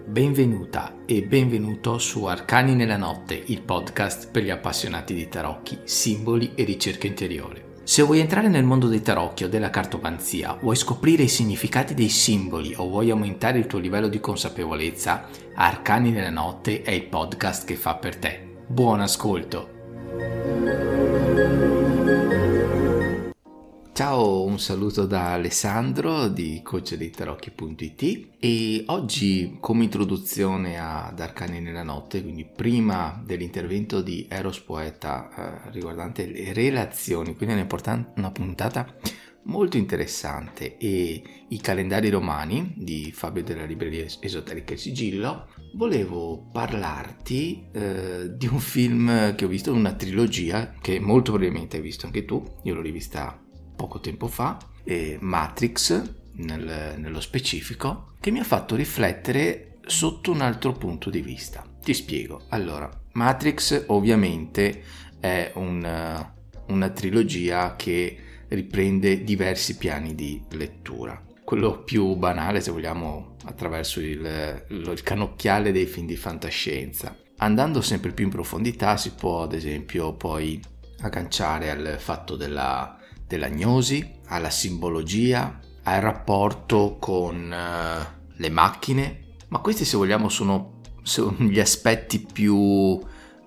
Benvenuta e benvenuto su Arcani nella notte, il podcast per gli appassionati di tarocchi, simboli e ricerca interiore. Se vuoi entrare nel mondo dei tarocchi o della cartomanzia, vuoi scoprire i significati dei simboli o vuoi aumentare il tuo livello di consapevolezza, Arcani nella notte è il podcast che fa per te. Buon ascolto! Ciao, un saluto da Alessandro di coachdeitarocchi.it e oggi come introduzione ad Arcani nella notte, quindi prima dell'intervento di Eros Poeta riguardante le relazioni, quindi una puntata molto interessante, e i calendari romani di Fabio della libreria esoterica Il Sigillo, volevo parlarti di un film che ho visto, una trilogia che molto probabilmente hai visto anche tu. Io l'ho rivista poco tempo fa, Matrix nello specifico, che mi ha fatto riflettere sotto un altro punto di vista. Ti spiego. Allora, Matrix ovviamente è una trilogia che riprende diversi piani di lettura. Quello più banale, se vogliamo, attraverso il cannocchiale dei film di fantascienza. Andando sempre più in profondità si può ad esempio poi agganciare al fatto dell'agnosi, alla simbologia, al rapporto con le macchine, ma questi, se vogliamo, sono gli aspetti più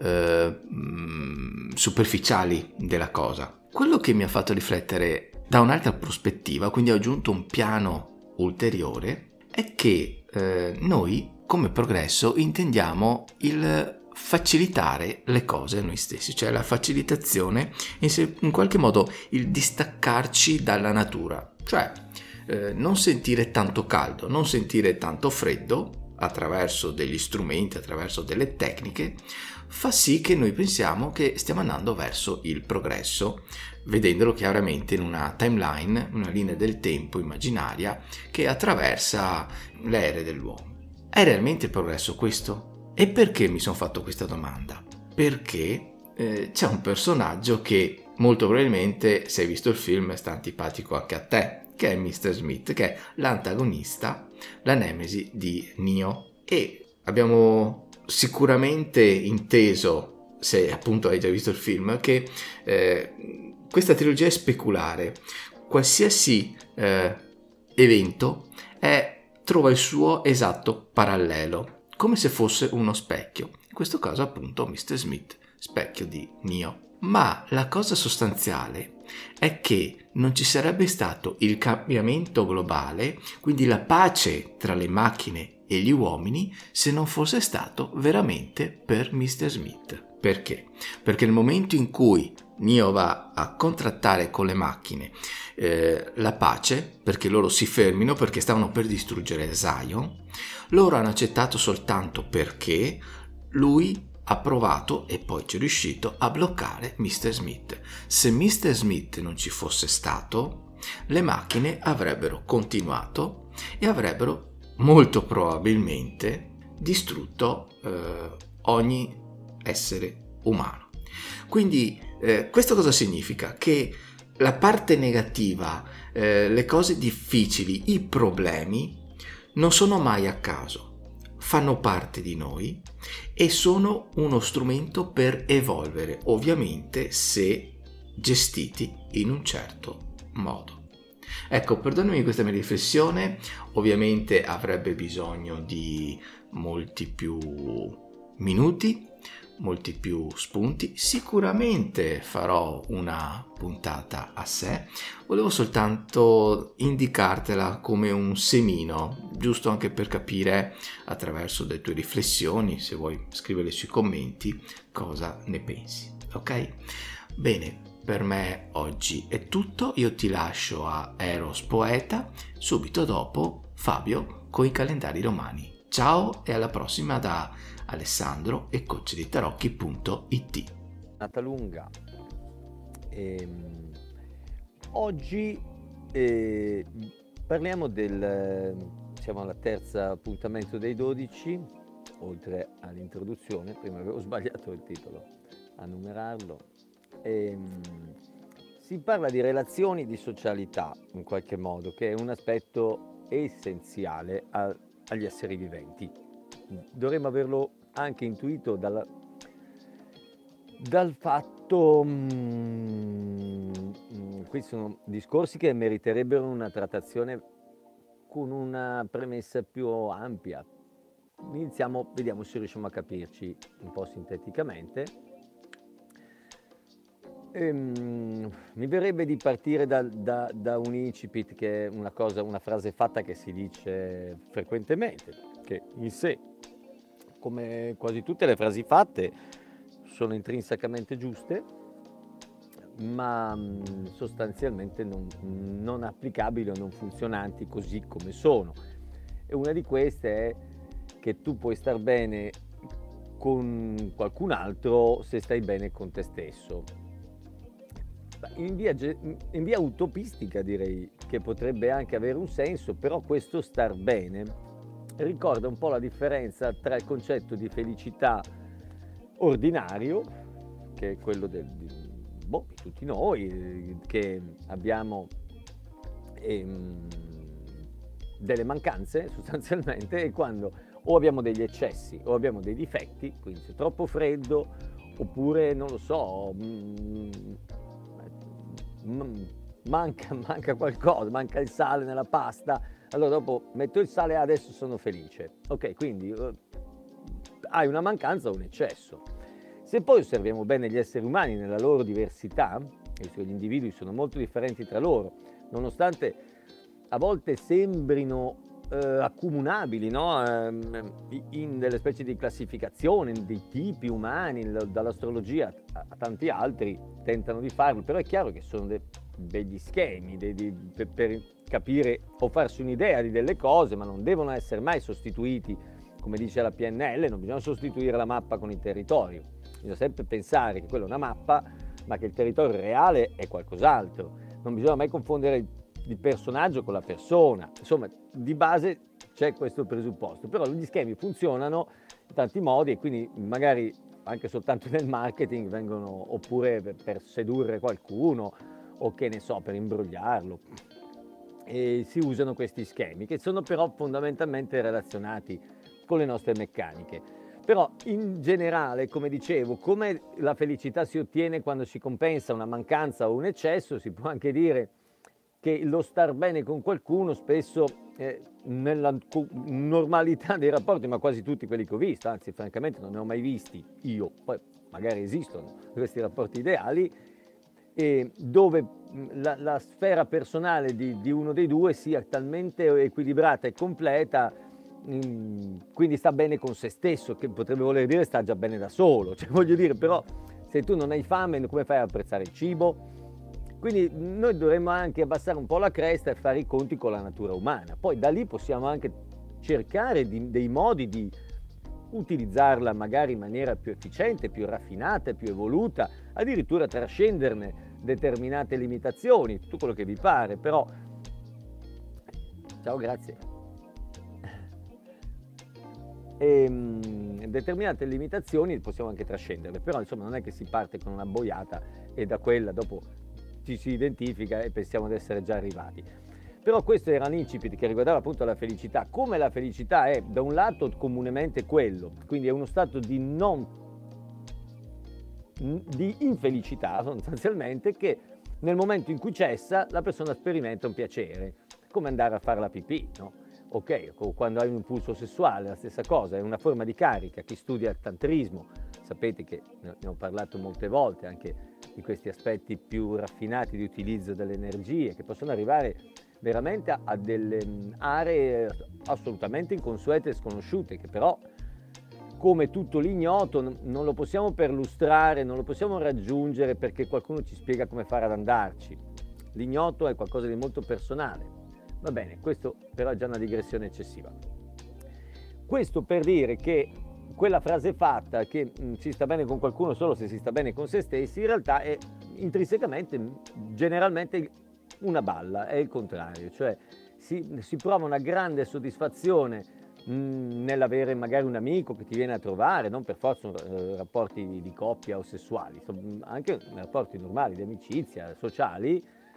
superficiali della cosa. Quello che mi ha fatto riflettere da un'altra prospettiva, quindi ho aggiunto un piano ulteriore, è che noi come progresso intendiamo il facilitare le cose a noi stessi, cioè la facilitazione, in qualche modo il distaccarci dalla natura, cioè non sentire tanto caldo, non sentire tanto freddo attraverso degli strumenti, attraverso delle tecniche, fa sì che noi pensiamo che stiamo andando verso il progresso, vedendolo chiaramente in una timeline, una linea del tempo immaginaria che attraversa le ere dell'uomo. È realmente il progresso questo? E perché mi sono fatto questa domanda? Perché c'è un personaggio che molto probabilmente, se hai visto il film, sta antipatico anche a te, che è Mr. Smith, che è l'antagonista, la nemesi di Neo. E abbiamo sicuramente inteso, se appunto hai già visto il film, che questa trilogia è speculare. Qualsiasi evento trova il suo esatto parallelo, come se fosse uno specchio. In questo caso appunto Mr. Smith, specchio di Neo. Ma la cosa sostanziale è che non ci sarebbe stato il cambiamento globale, quindi la pace tra le macchine e gli uomini, se non fosse stato veramente per Mr. Smith. Perché? Perché nel momento in cui Neo va a contrattare con le macchine la pace, perché loro si fermino, perché stavano per distruggere Zion, loro hanno accettato soltanto perché lui ha provato, e poi ci è riuscito, a bloccare Mr. Smith. Se Mr. Smith non ci fosse stato, le macchine avrebbero continuato e avrebbero molto probabilmente distrutto ogni essere umano. Quindi questo cosa significa? Che la parte negativa, le cose difficili, i problemi non sono mai a caso, fanno parte di noi e sono uno strumento per evolvere, ovviamente se gestiti in un certo modo. Ecco, perdonami questa mia riflessione, ovviamente avrebbe bisogno di molti più minuti, molti più spunti. Sicuramente farò una puntata a sé, volevo soltanto indicartela come un semino, giusto anche per capire attraverso le tue riflessioni, se vuoi scriverle sui commenti, cosa ne pensi, ok? Bene, per me oggi è tutto, io ti lascio a Eros Poeta, subito dopo Fabio con i calendari romani. Ciao e alla prossima da Alessandro e coachdeitarocchi.it. Nata lunga. Oggi parliamo siamo alla terza appuntamento dei 12, oltre all'introduzione. Prima avevo sbagliato il titolo a numerarlo. Si parla di relazioni, di socialità in qualche modo, che è un aspetto essenziale agli esseri viventi. dovremmo averlo anche intuito dal fatto, questi sono discorsi che meriterebbero una trattazione con una premessa più ampia. Vediamo se riusciamo a capirci un po' sinteticamente. Mi verrebbe di partire da un incipit, che è una frase fatta che si dice frequentemente, che in sé, come quasi tutte le frasi fatte, sono intrinsecamente giuste, ma sostanzialmente non applicabili o non funzionanti così come sono. E una di queste è che tu puoi star bene con qualcun altro se stai bene con te stesso. In via utopistica direi che potrebbe anche avere un senso, però questo star bene ricorda un po' la differenza tra il concetto di felicità ordinario, che è quello di tutti noi, che abbiamo delle mancanze sostanzialmente, e quando o abbiamo degli eccessi o abbiamo dei difetti, quindi se è troppo freddo, oppure non lo so, manca qualcosa, manca il sale nella pasta, allora dopo metto il sale e adesso sono felice. Ok, quindi hai una mancanza o un eccesso. Se poi osserviamo bene gli esseri umani nella loro diversità, gli individui sono molto differenti tra loro, nonostante a volte sembrino accomunabili, no? In delle specie di classificazione dei tipi umani, dall'astrologia a tanti altri tentano di farlo, però è chiaro che sono degli schemi per capire o farsi un'idea di delle cose, ma non devono essere mai sostituiti, come dice la PNL, non bisogna sostituire la mappa con il territorio, bisogna sempre pensare che quella è una mappa, ma che il territorio reale è qualcos'altro, non bisogna mai confondere il personaggio con la persona, insomma di base c'è questo presupposto, però gli schemi funzionano in tanti modi e quindi magari anche soltanto nel marketing vengono, oppure per sedurre qualcuno o che ne so, per imbrogliarlo, e si usano questi schemi che sono però fondamentalmente relazionati con le nostre meccaniche. Però in generale, come dicevo, come la felicità si ottiene quando si compensa una mancanza o un eccesso, si può anche dire che lo star bene con qualcuno spesso nella normalità dei rapporti, ma quasi tutti quelli che ho visto, anzi francamente non ne ho mai visti io, poi magari esistono questi rapporti ideali, dove la sfera personale di uno dei due sia talmente equilibrata e completa, quindi sta bene con se stesso, che potrebbe voler dire sta già bene da solo, cioè voglio dire, però se tu non hai fame come fai ad apprezzare il cibo? Quindi noi dovremmo anche abbassare un po' la cresta e fare i conti con la natura umana. Poi da lì possiamo anche cercare dei modi di utilizzarla magari in maniera più efficiente, più raffinata, più evoluta, addirittura trascenderne determinate limitazioni, tutto quello che vi pare, però... Ciao, grazie. Determinate limitazioni possiamo anche trascenderle, però insomma non è che si parte con una boiata e da quella dopo ci si identifica e pensiamo di essere già arrivati. Però questo era un incipit che riguardava appunto la felicità. Come la felicità è da un lato comunemente quello, quindi è uno stato di infelicità sostanzialmente, che nel momento in cui cessa la persona sperimenta un piacere, come andare a fare la pipì, no? Ok, quando hai un impulso sessuale, la stessa cosa, è una forma di carica. Chi studia il tantrismo, sapete che ne ho parlato molte volte anche di questi aspetti più raffinati di utilizzo delle energie, che possono arrivare veramente a delle aree assolutamente inconsuete e sconosciute, che però, come tutto l'ignoto, non lo possiamo perlustrare, non lo possiamo raggiungere perché qualcuno ci spiega come fare ad andarci. L'ignoto è qualcosa di molto personale. Va bene, questo però è già una digressione eccessiva. Questo per dire che quella frase fatta che si sta bene con qualcuno solo se si sta bene con se stessi, in realtà è intrinsecamente, generalmente, una balla, è il contrario, cioè si prova una grande soddisfazione nell'avere magari un amico che ti viene a trovare, non per forza rapporti di coppia o sessuali, anche rapporti normali di amicizia, sociali,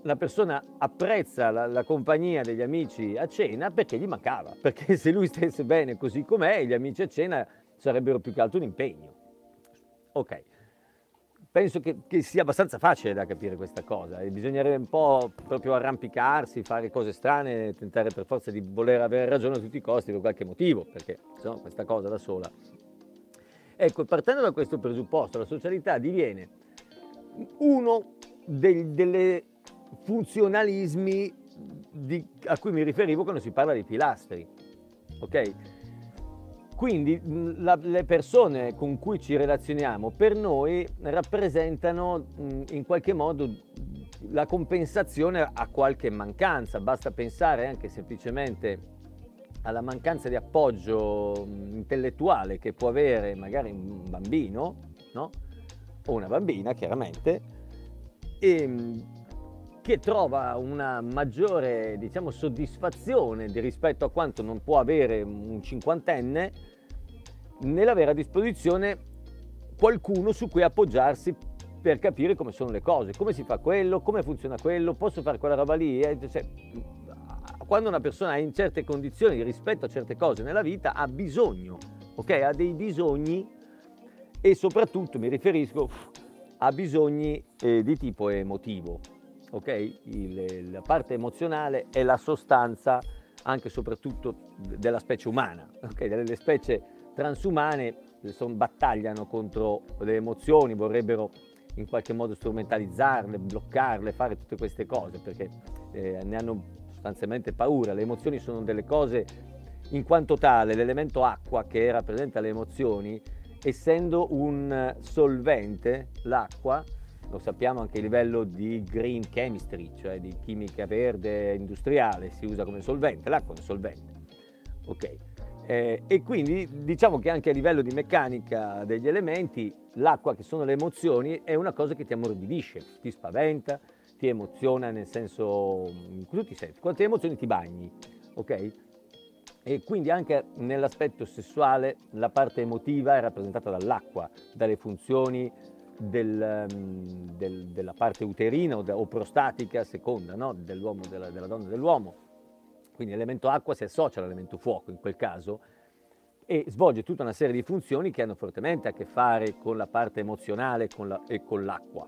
la persona apprezza la compagnia degli amici a cena perché gli mancava, perché se lui stesse bene così com'è, gli amici a cena sarebbero più che altro un impegno. Ok, penso che sia abbastanza facile da capire questa cosa e bisognerebbe un po' proprio arrampicarsi, fare cose strane, tentare per forza di voler avere ragione a tutti i costi per qualche motivo, perché se no questa cosa da sola. Ecco, partendo da questo presupposto, la socialità diviene uno delle funzionalismi a cui mi riferivo quando si parla di pilastri, ok? Quindi le persone con cui ci relazioniamo per noi rappresentano in qualche modo la compensazione a qualche mancanza. Basta pensare anche semplicemente alla mancanza di appoggio intellettuale che può avere magari un bambino, no? O una bambina, chiaramente, che trova una maggiore, diciamo, soddisfazione rispetto a quanto non può avere un cinquantenne nell'avere a disposizione qualcuno su cui appoggiarsi per capire come sono le cose, come si fa quello, come funziona quello, posso fare quella roba lì. Cioè, quando una persona è in certe condizioni rispetto a certe cose nella vita ha bisogno, ok? Ha dei bisogni e soprattutto mi riferisco a bisogni di tipo emotivo, ok? La parte emozionale è la sostanza anche e soprattutto della specie umana, ok? Delle specie transumane battagliano contro le emozioni, vorrebbero in qualche modo strumentalizzarle, bloccarle, fare tutte queste cose perché ne hanno sostanzialmente paura. Le emozioni sono delle cose, in quanto tale l'elemento acqua che rappresenta le emozioni, essendo un solvente, l'acqua, lo sappiamo anche a livello di green chemistry, cioè di chimica verde industriale, si usa come solvente, l'acqua è un solvente, ok? E quindi diciamo che anche a livello di meccanica degli elementi, l'acqua, che sono le emozioni, è una cosa che ti ammorbidisce, ti spaventa, ti emoziona, nel senso, in tutti i sensi. Quante emozioni ti bagni, ok? E quindi anche nell'aspetto sessuale la parte emotiva è rappresentata dall'acqua, dalle funzioni della parte uterina o prostatica, a seconda, no? Dell'uomo, della donna e dell'uomo. Quindi l'elemento acqua si associa all'elemento fuoco in quel caso e svolge tutta una serie di funzioni che hanno fortemente a che fare con la parte emozionale e con l'acqua.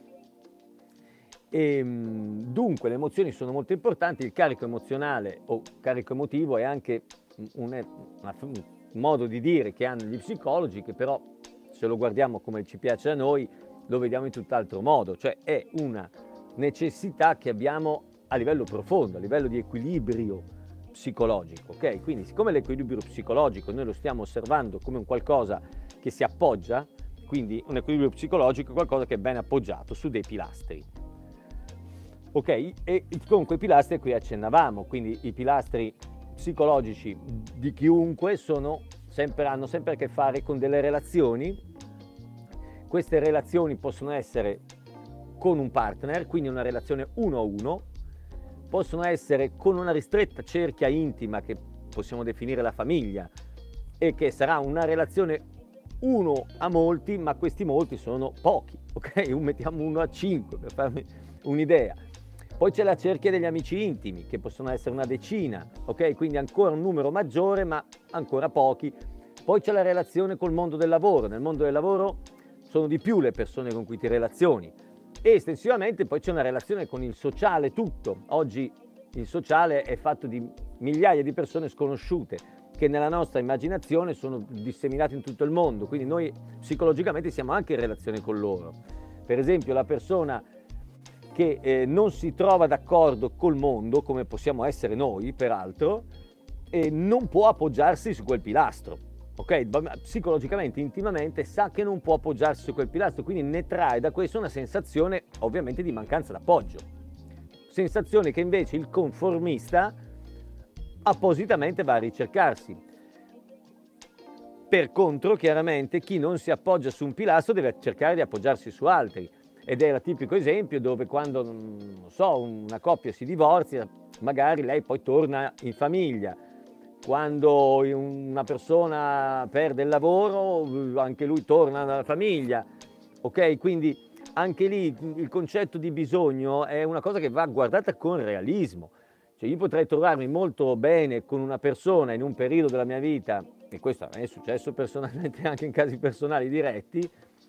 Dunque le emozioni sono molto importanti, il carico emozionale o carico emotivo è anche un modo di dire che hanno gli psicologi, che però se lo guardiamo come ci piace a noi lo vediamo in tutt'altro modo, cioè è una necessità che abbiamo a livello profondo, a livello di equilibrio psicologico, ok? Quindi siccome l'equilibrio psicologico noi lo stiamo osservando come un qualcosa che si appoggia, quindi un equilibrio psicologico è qualcosa che è ben appoggiato su dei pilastri, ok? E con quei pilastri a cui accennavamo, quindi i pilastri psicologici di chiunque hanno sempre a che fare con delle relazioni. Queste relazioni possono essere con un partner, quindi una relazione uno a uno, possono essere con una ristretta cerchia intima che possiamo definire la famiglia e che sarà una relazione uno a molti, ma questi molti sono pochi, ok? Mettiamo 1 a 5 per farmi un'idea. Poi c'è la cerchia degli amici intimi, che possono essere una decina, ok? Quindi ancora un numero maggiore, ma ancora pochi. Poi c'è la relazione col mondo del lavoro. Nel mondo del lavoro sono di più le persone con cui ti relazioni. E estensivamente poi c'è una relazione con il sociale tutto. Oggi il sociale è fatto di migliaia di persone sconosciute che nella nostra immaginazione sono disseminate in tutto il mondo, quindi noi psicologicamente siamo anche in relazione con loro. Per esempio la persona che non si trova d'accordo col mondo, come possiamo essere noi peraltro, non può appoggiarsi su quel pilastro. Ok, psicologicamente, intimamente sa che non può appoggiarsi su quel pilastro, quindi ne trae da questo una sensazione ovviamente di mancanza d'appoggio, sensazione che invece il conformista appositamente va a ricercarsi. Per contro, chiaramente, chi non si appoggia su un pilastro deve cercare di appoggiarsi su altri, ed è il tipico esempio dove quando, non so, una coppia si divorzia, magari lei poi torna in famiglia. Quando una persona perde il lavoro, anche lui torna alla famiglia, ok? Quindi anche lì il concetto di bisogno è una cosa che va guardata con realismo. Cioè io potrei trovarmi molto bene con una persona in un periodo della mia vita, e questo a me è successo personalmente anche in casi personali diretti,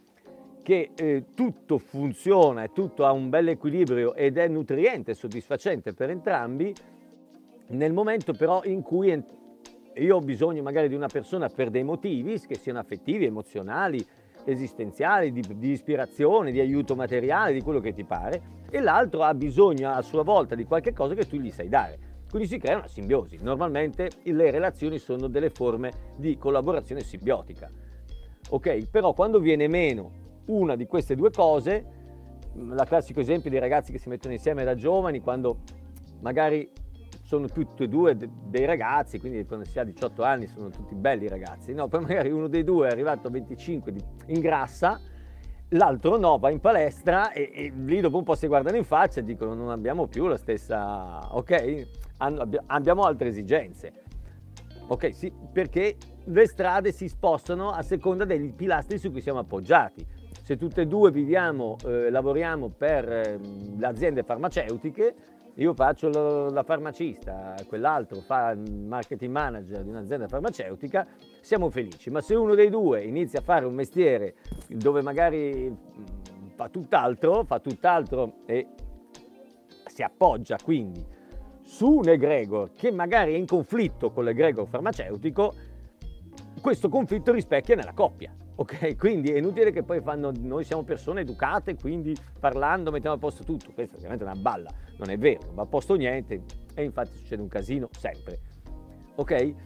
che tutto funziona e tutto ha un bel equilibrio ed è nutriente e soddisfacente per entrambi, nel momento però in cui io ho bisogno magari di una persona per dei motivi, che siano affettivi, emozionali, esistenziali, di ispirazione, di aiuto materiale, di quello che ti pare, e l'altro ha bisogno a sua volta di qualche cosa che tu gli sai dare. Quindi si crea una simbiosi. Normalmente le relazioni sono delle forme di collaborazione simbiotica. Ok? Però quando viene meno una di queste due cose, la classico esempio dei ragazzi che si mettono insieme da giovani, quando magari sono tutti e due dei ragazzi, quindi quando si ha 18 anni sono tutti belli ragazzi, no? Poi magari uno dei due è arrivato a 25, ingrassa, l'altro no, va in palestra e lì dopo un po' si guardano in faccia e dicono non abbiamo più la stessa, ok? Abbiamo altre esigenze, ok? Sì, perché le strade si spostano a seconda dei pilastri su cui siamo appoggiati. Se tutte e due viviamo, lavoriamo per le aziende farmaceutiche, io faccio la farmacista, quell'altro fa il marketing manager di un'azienda farmaceutica, siamo felici. Ma se uno dei due inizia a fare un mestiere dove magari fa tutt'altro e si appoggia quindi su un egregor che magari è in conflitto con l'egregor farmaceutico, questo conflitto rispecchia nella coppia. Ok, quindi è inutile che poi noi siamo persone educate, quindi parlando mettiamo a posto tutto. Questa ovviamente è una balla, non è vero, non va a posto niente e infatti succede un casino sempre. Ok?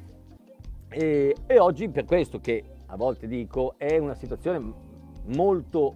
E oggi per questo che a volte dico è una situazione molto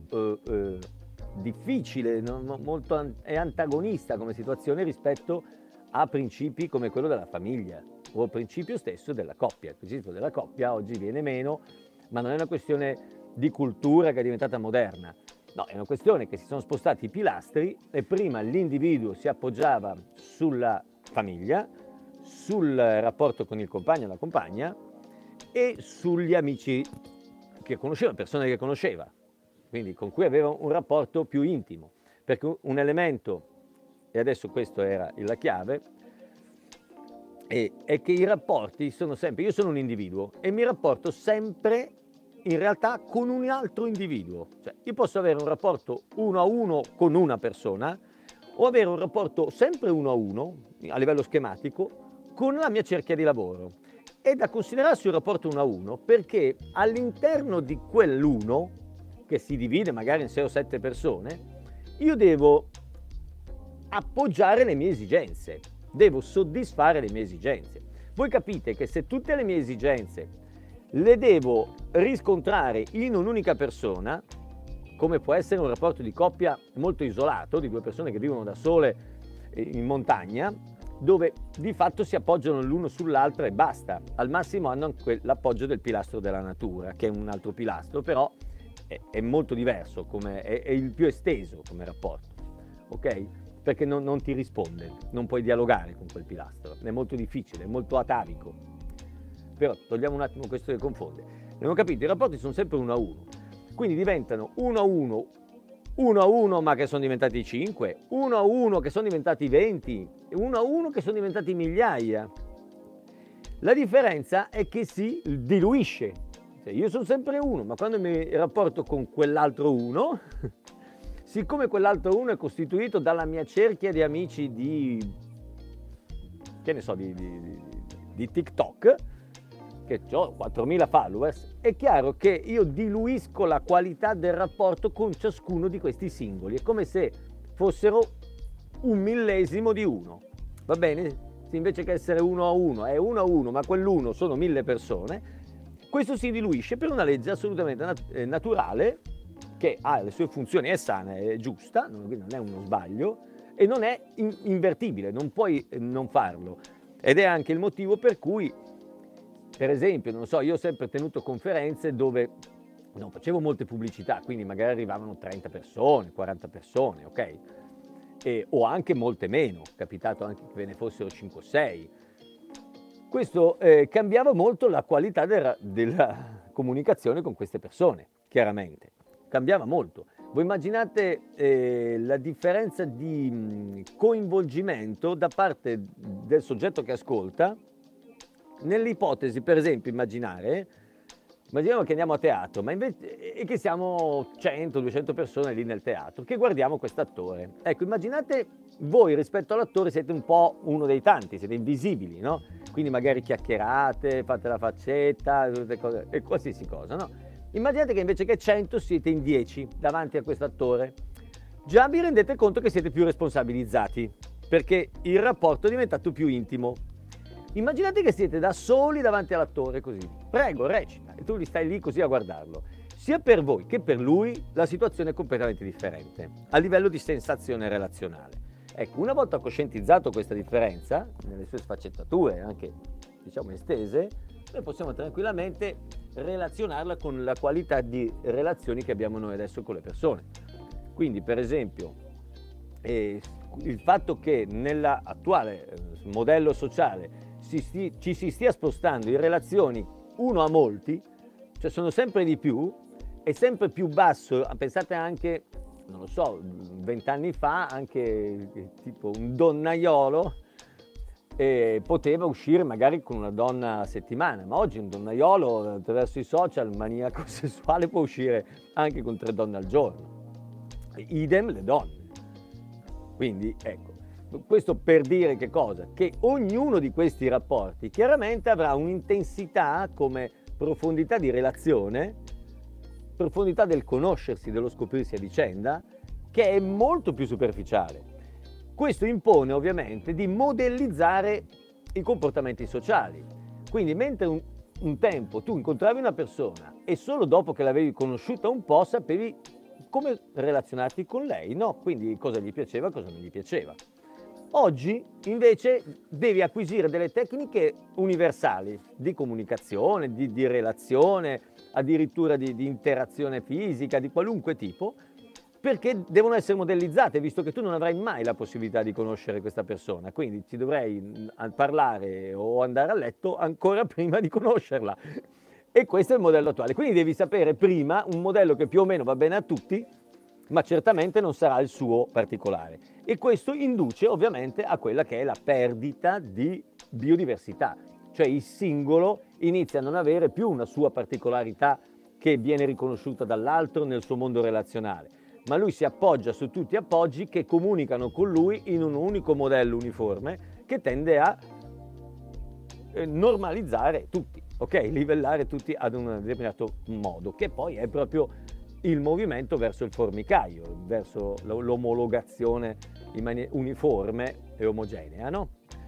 difficile, è antagonista come situazione rispetto a principi come quello della famiglia o al principio stesso della coppia. Il principio della coppia oggi viene meno, ma non è una questione di cultura che è diventata moderna, no, è una questione che si sono spostati i pilastri e prima l'individuo si appoggiava sulla famiglia, sul rapporto con il compagno o la compagna e sugli amici che conosceva, persone che conosceva, quindi con cui aveva un rapporto più intimo, perché un elemento, e adesso questo era la chiave, è che i rapporti sono sempre, io sono un individuo e mi rapporto sempre in realtà con un altro individuo, cioè io posso avere un rapporto 1 a 1 con una persona o avere un rapporto sempre 1 a 1 a livello schematico con la mia cerchia di lavoro. È da considerarsi un rapporto 1 a 1 perché all'interno di quell'uno, che si divide magari in 6 o 7 persone, io devo appoggiare le mie esigenze, devo soddisfare le mie esigenze. Voi capite che se tutte le mie esigenze le devo riscontrare in un'unica persona, come può essere un rapporto di coppia molto isolato, di due persone che vivono da sole in montagna, dove di fatto si appoggiano l'uno sull'altro e basta. Al massimo hanno l'appoggio del pilastro della natura, che è un altro pilastro, però è molto diverso, è il più esteso come rapporto, ok? Perché non ti risponde, non puoi dialogare con quel pilastro, è molto difficile, è molto atavico. Però togliamo un attimo questo che confonde. Abbiamo capito, i rapporti sono sempre 1 a 1, quindi diventano 1 a 1, 1 a 1 ma che sono diventati 5, 1 a 1 che sono diventati 20, 1 a 1 che sono diventati migliaia. La differenza è che si diluisce. Cioè, io sono sempre 1, ma quando mi rapporto con quell'altro 1, siccome quell'altro 1 è costituito dalla mia cerchia di amici che ne so, di TikTok, che ho 4.000 followers, è chiaro che io diluisco la qualità del rapporto con ciascuno di questi singoli. È come se fossero 1/1000 di uno, va bene? Se invece che essere 1 a 1 è 1 a 1, ma quell'uno sono 1000 persone, questo si diluisce per una legge assolutamente naturale, che ha le sue funzioni, è sana, è giusta, non è uno sbaglio e non è invertibile, non puoi non farlo. Ed è anche il motivo per cui, per esempio, non so, io ho sempre tenuto conferenze dove non facevo molte pubblicità, quindi magari arrivavano 30 persone, 40 persone, ok? O anche molte meno, è capitato anche che ve ne fossero 5 o 6. Questo cambiava molto la qualità della comunicazione con queste persone, chiaramente. Cambiava molto, Voi immaginate la differenza di coinvolgimento da parte del soggetto che ascolta, nell'ipotesi, per esempio, immaginiamo che andiamo a teatro, ma invece e che siamo 100-200 persone lì nel teatro, che guardiamo quest'attore. Ecco, immaginate voi rispetto all'attore siete un po' uno dei tanti, siete invisibili, no? Quindi magari chiacchierate, fate la faccetta, tutte cose, e qualsiasi cosa, no? Immaginate che invece che 100 siete in 10 davanti a quest'attore. Già vi rendete conto che siete più responsabilizzati, perché il rapporto è diventato più intimo. Immaginate che siete da soli davanti all'attore così. Prego, recita. E tu li stai lì così a guardarlo. Sia per voi che per lui la situazione è completamente differente, a livello di sensazione relazionale. Ecco, una volta coscientizzato questa differenza, nelle sue sfaccettature anche, diciamo, estese, noi possiamo tranquillamente relazionarla con la qualità di relazioni che abbiamo noi adesso con le persone. Quindi, per esempio, il fatto che nell'attuale modello sociale ci si stia spostando in relazioni uno a molti, cioè sono sempre di più, è sempre più basso. Pensate anche, non lo so, 20 anni fa anche tipo un donnaiolo poteva uscire magari con una donna a settimana, ma oggi un donnaiolo attraverso i social, maniaco sessuale, può uscire anche con 3 donne al giorno. Idem le donne. Quindi ecco, questo per dire che cosa? Che ognuno di questi rapporti chiaramente avrà un'intensità come profondità di relazione, profondità del conoscersi, dello scoprirsi a vicenda, che è molto più superficiale. Questo impone ovviamente di modellizzare i comportamenti sociali. Quindi mentre un tempo tu incontravi una persona e solo dopo che l'avevi conosciuta un po' sapevi come relazionarti con lei, no? Quindi cosa gli piaceva, cosa non gli piaceva. Oggi invece devi acquisire delle tecniche universali di comunicazione, di relazione, addirittura di interazione fisica, di qualunque tipo, perché devono essere modellizzate, visto che tu non avrai mai la possibilità di conoscere questa persona, quindi ci dovrei parlare o andare a letto ancora prima di conoscerla. E questo è il modello attuale, quindi devi sapere prima un modello che più o meno va bene a tutti, ma certamente non sarà il suo particolare. E questo induce ovviamente a quella che è la perdita di biodiversità, cioè il singolo inizia a non avere più una sua particolarità che viene riconosciuta dall'altro nel suo mondo relazionale, ma lui si appoggia su tutti appoggi che comunicano con lui in un unico modello uniforme che tende a normalizzare tutti, ok? Livellare tutti ad un determinato modo, che poi è proprio il movimento verso il formicaio, verso l'omologazione in maniera uniforme e omogenea, no?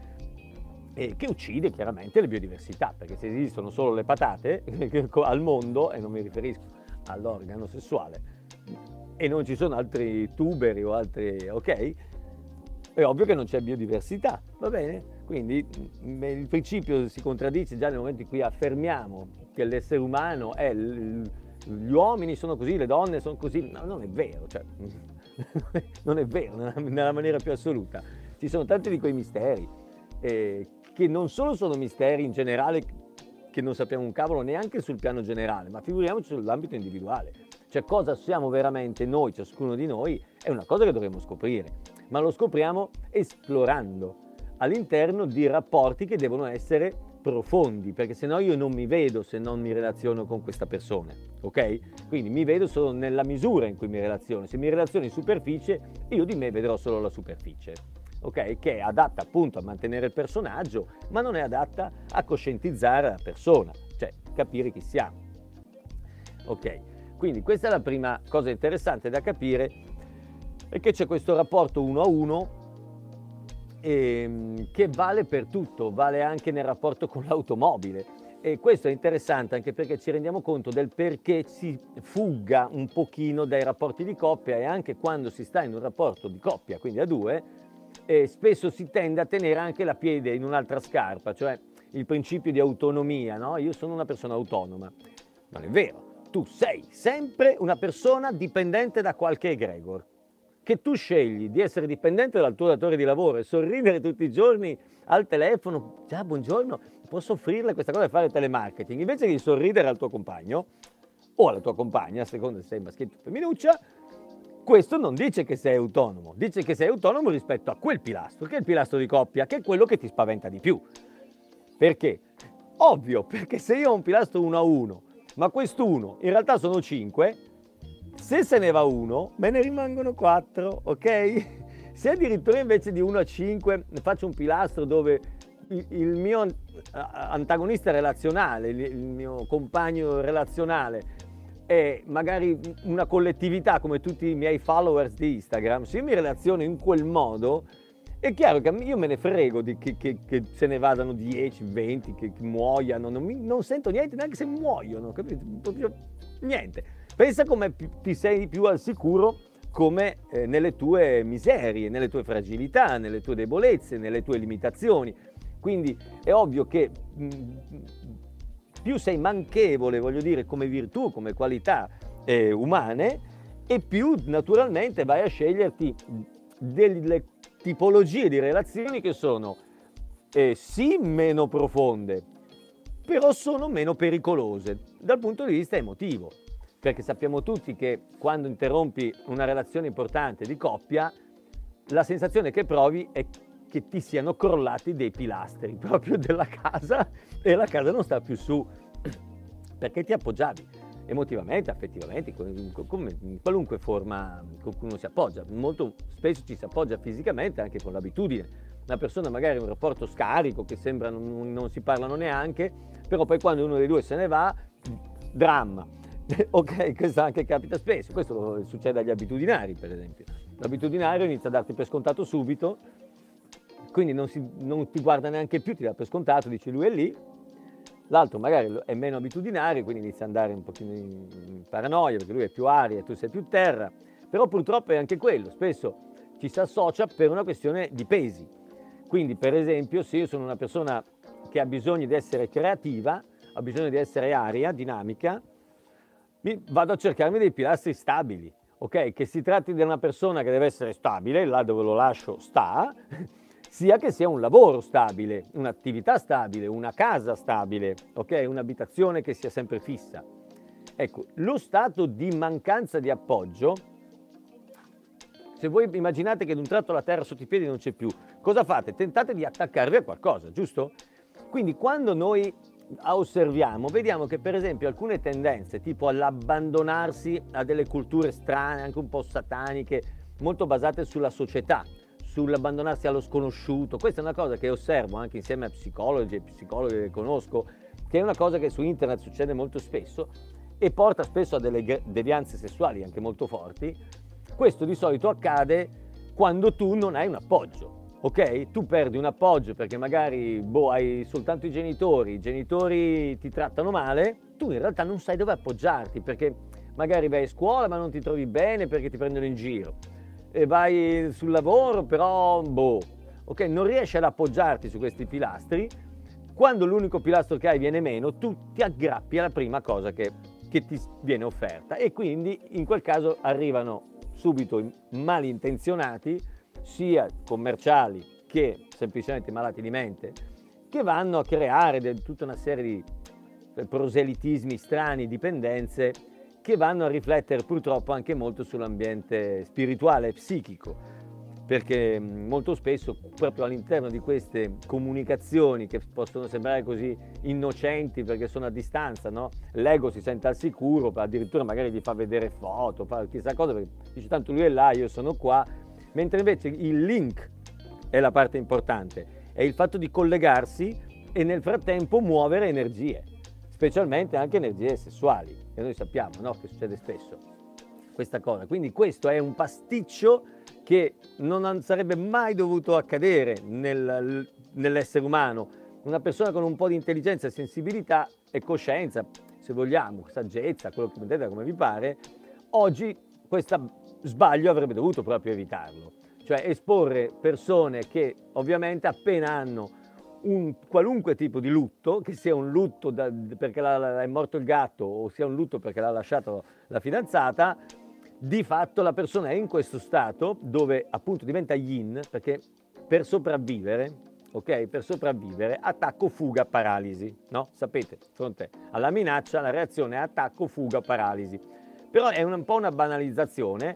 E che uccide chiaramente le biodiversità, perché se esistono solo le patate al mondo, e non mi riferisco all'organo sessuale, e non ci sono altri tuberi o altri, ok? È ovvio che non c'è biodiversità, va bene? Quindi il principio si contraddice già nel momento in cui affermiamo che l'essere umano è gli uomini sono così, le donne sono così. No, non è vero, cioè, non è vero nella maniera più assoluta. Ci sono tanti di quei misteri che non solo sono misteri in generale, che non sappiamo un cavolo neanche sul piano generale, ma figuriamoci sull'ambito individuale. Cioè cosa siamo veramente noi, ciascuno di noi, è una cosa che dovremmo scoprire, ma lo scopriamo esplorando all'interno di rapporti che devono essere profondi, perché se no io non mi vedo se non mi relaziono con questa persona, ok? Quindi mi vedo solo nella misura in cui mi relaziono. Se mi relaziono in superficie, io di me vedrò solo la superficie, ok? Che è adatta appunto a mantenere il personaggio, ma non è adatta a coscientizzare la persona, cioè capire chi siamo, ok? Quindi questa è la prima cosa interessante da capire, è che c'è questo rapporto uno a uno che vale per tutto, vale anche nel rapporto con l'automobile. E questo è interessante anche perché ci rendiamo conto del perché si fugga un pochino dai rapporti di coppia, e anche quando si sta in un rapporto di coppia, quindi a due, spesso si tende a tenere anche la piede in un'altra scarpa, cioè il principio di autonomia, no? Io sono una persona autonoma. Non è vero, tu sei sempre una persona dipendente da qualche egregor. Che tu scegli di essere dipendente dal tuo datore di lavoro e sorridere tutti i giorni al telefono, già buongiorno, posso offrirle questa cosa e fare telemarketing, invece di sorridere al tuo compagno o alla tua compagna, a seconda se sei maschietto o femminuccia, Questo non dice che sei autonomo, dice che sei autonomo rispetto a quel pilastro, che è il pilastro di coppia, che è quello che ti spaventa di più. Perché? Ovvio, perché se io ho un pilastro 1 a 1, ma quest'uno in realtà sono 5, se ne va uno, me ne rimangono 4, ok? Se addirittura invece di 1 a 5 faccio un pilastro dove il mio antagonista relazionale, il mio compagno relazionale è magari una collettività come tutti i miei followers di Instagram, se io mi relaziono in quel modo, è chiaro che io me ne frego che se ne vadano 10, 20, che muoiano, non sento niente neanche se muoiono, capito? Proprio niente. Pensa come ti sei più al sicuro, come nelle tue miserie, nelle tue fragilità, nelle tue debolezze, nelle tue limitazioni. Quindi è ovvio che più sei manchevole, voglio dire, come virtù, come qualità umane, e più naturalmente vai a sceglierti delle tipologie di relazioni che sono sì meno profonde, però sono meno pericolose dal punto di vista emotivo, perché sappiamo tutti che quando interrompi una relazione importante di coppia, la sensazione che provi è che ti siano crollati dei pilastri proprio della casa e la casa non sta più su, perché ti appoggiavi emotivamente, affettivamente, come in qualunque forma con cui uno si appoggia. Molto spesso ci si appoggia fisicamente anche con l'abitudine. Una persona magari ha un rapporto scarico che sembra non si parlano neanche, però poi quando uno dei due se ne va, dramma. Ok, questo anche capita spesso, questo succede agli abitudinari per esempio. L'abitudinario inizia a darti per scontato subito, quindi non ti guarda neanche più, ti dà per scontato, dici lui è lì. L'altro magari è meno abitudinario, quindi inizia ad andare un pochino in paranoia perché lui è più aria e tu sei più terra, però purtroppo è anche quello, spesso ci si associa per una questione di pesi. Quindi per esempio se io sono una persona che ha bisogno di essere creativa, ha bisogno di essere aria, dinamica, vado a cercarmi dei pilastri stabili, ok? Che si tratti di una persona che deve essere stabile, là dove lo lascio sta, sia che sia un lavoro stabile, un'attività stabile, una casa stabile, ok? Un'abitazione che sia sempre fissa. Ecco, lo stato di mancanza di appoggio, se voi immaginate che d'un tratto la terra sotto i piedi non c'è più, cosa fate? Tentate di attaccarvi a qualcosa, giusto? Quindi quando noi osserviamo, vediamo che per esempio alcune tendenze, tipo all'abbandonarsi a delle culture strane, anche un po' sataniche, molto basate sulla società, sull'abbandonarsi allo sconosciuto. Questa è una cosa che osservo anche insieme a psicologi e psicologhi che conosco, che è una cosa che su internet succede molto spesso e porta spesso a delle devianze sessuali anche molto forti. Questo di solito accade quando tu non hai un appoggio, ok? Tu perdi un appoggio perché magari hai soltanto i genitori ti trattano male, tu in realtà non sai dove appoggiarti perché magari vai a scuola ma non ti trovi bene perché ti prendono in giro. E vai sul lavoro, però ok, non riesci ad appoggiarti su questi pilastri. Quando l'unico pilastro che hai viene meno, tu ti aggrappi alla prima cosa che ti viene offerta e quindi in quel caso arrivano subito i malintenzionati, sia commerciali che semplicemente malati di mente, che vanno a creare tutta una serie di proselitismi strani, dipendenze, che vanno a riflettere purtroppo anche molto sull'ambiente spirituale e psichico, perché molto spesso proprio all'interno di queste comunicazioni che possono sembrare così innocenti perché sono a distanza, no? L'ego si sente al sicuro, addirittura magari gli fa vedere foto, fa chissà cosa, perché dice tanto lui è là, io sono qua, mentre invece il link è la parte importante, è il fatto di collegarsi e nel frattempo muovere energie, specialmente anche energie sessuali, e noi sappiamo, no, che succede spesso questa cosa. Quindi questo è un pasticcio che non sarebbe mai dovuto accadere nell'essere umano. Una persona con un po' di intelligenza, sensibilità e coscienza, se vogliamo, saggezza, quello che vedete come vi pare, oggi questo sbaglio avrebbe dovuto proprio evitarlo. Cioè esporre persone che ovviamente appena hanno un qualunque tipo di lutto, che sia un lutto perché è morto il gatto o sia un lutto perché l'ha lasciato la fidanzata, di fatto la persona è in questo stato dove appunto diventa yin, perché per sopravvivere, ok? Per sopravvivere, attacco, fuga, paralisi, no? Sapete, di fronte alla minaccia la reazione è attacco, fuga, paralisi. Però è un po' una banalizzazione,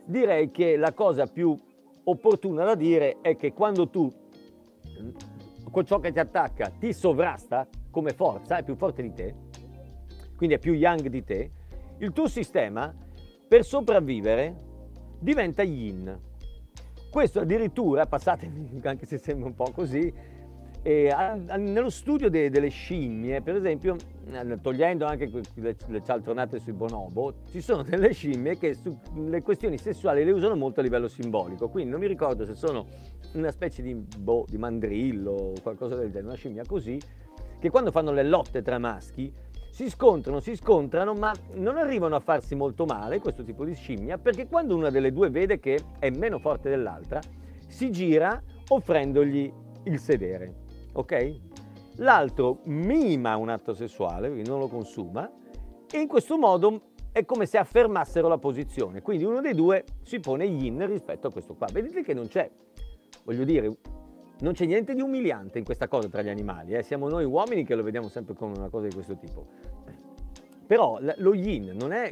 direi che la cosa più opportuna da dire è che quando tu con ciò che ti attacca ti sovrasta come forza, è più forte di te, quindi è più yang di te, il tuo sistema per sopravvivere diventa yin. Questo addirittura, passatemi anche se sembra un po' così, nello studio delle scimmie, per esempio, togliendo anche le cialtronate sui bonobo, ci sono delle scimmie che le questioni sessuali le usano molto a livello simbolico, quindi non mi ricordo se sono una specie di mandrillo o qualcosa del genere, una scimmia così, che quando fanno le lotte tra maschi si scontrano, ma non arrivano a farsi molto male, questo tipo di scimmia, perché quando una delle due vede che è meno forte dell'altra, si gira offrendogli il sedere. Ok? L'altro mima un atto sessuale, quindi non lo consuma, e in questo modo è come se affermassero la posizione. Quindi uno dei due si pone yin rispetto a questo qua. Vedete che non c'è, voglio dire, non c'è niente di umiliante in questa cosa tra gli animali. Siamo noi uomini che lo vediamo sempre come una cosa di questo tipo. Però lo yin non è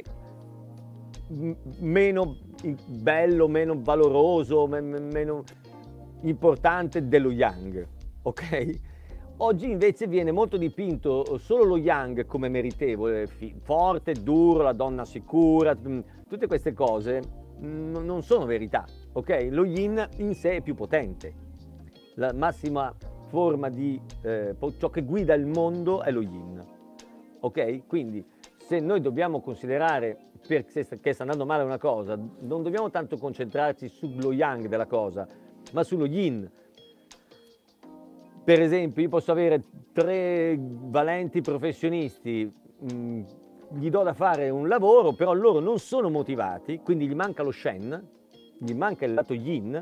meno bello, meno valoroso, meno importante dello yang. Ok? Oggi invece viene molto dipinto solo lo yang come meritevole, forte, duro, la donna sicura, tutte queste cose non sono verità, ok? Lo yin in sé è più potente, la massima forma di ciò che guida il mondo è lo yin, ok? Quindi se noi dobbiamo considerare che sta andando male una cosa, non dobbiamo tanto concentrarci sullo yang della cosa, ma sullo yin. Per esempio, io posso avere 3 valenti professionisti, gli do da fare un lavoro, però loro non sono motivati, quindi gli manca lo shen, gli manca il lato yin,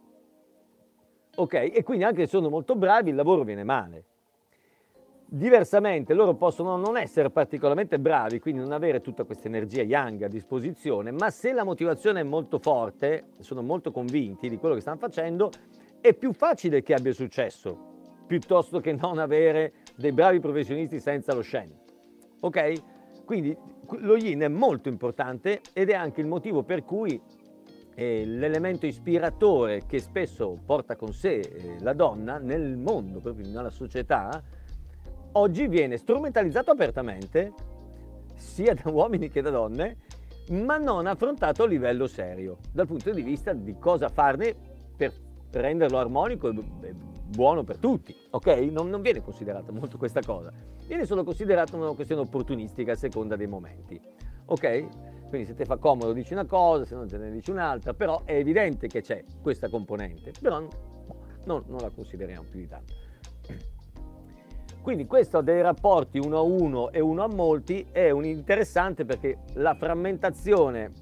ok? E quindi anche se sono molto bravi, il lavoro viene male. Diversamente, loro possono non essere particolarmente bravi, quindi non avere tutta questa energia yang a disposizione, ma se la motivazione è molto forte, sono molto convinti di quello che stanno facendo, è più facile che abbia successo, piuttosto che non avere dei bravi professionisti senza lo shen. Ok? Quindi lo yin è molto importante ed è anche il motivo per cui l'elemento ispiratore che spesso porta con sé la donna nel mondo, proprio nella società, oggi viene strumentalizzato apertamente, sia da uomini che da donne, ma non affrontato a livello serio, dal punto di vista di cosa farne per renderlo armonico e buono per tutti, ok? Non viene considerata molto questa cosa, viene solo considerata una questione opportunistica a seconda dei momenti, ok? Quindi se te fa comodo dici una cosa, se non te ne dici un'altra, però è evidente che c'è questa componente, però non la consideriamo più di tanto. Quindi questo dei rapporti uno a uno e uno a molti è un interessante, perché la frammentazione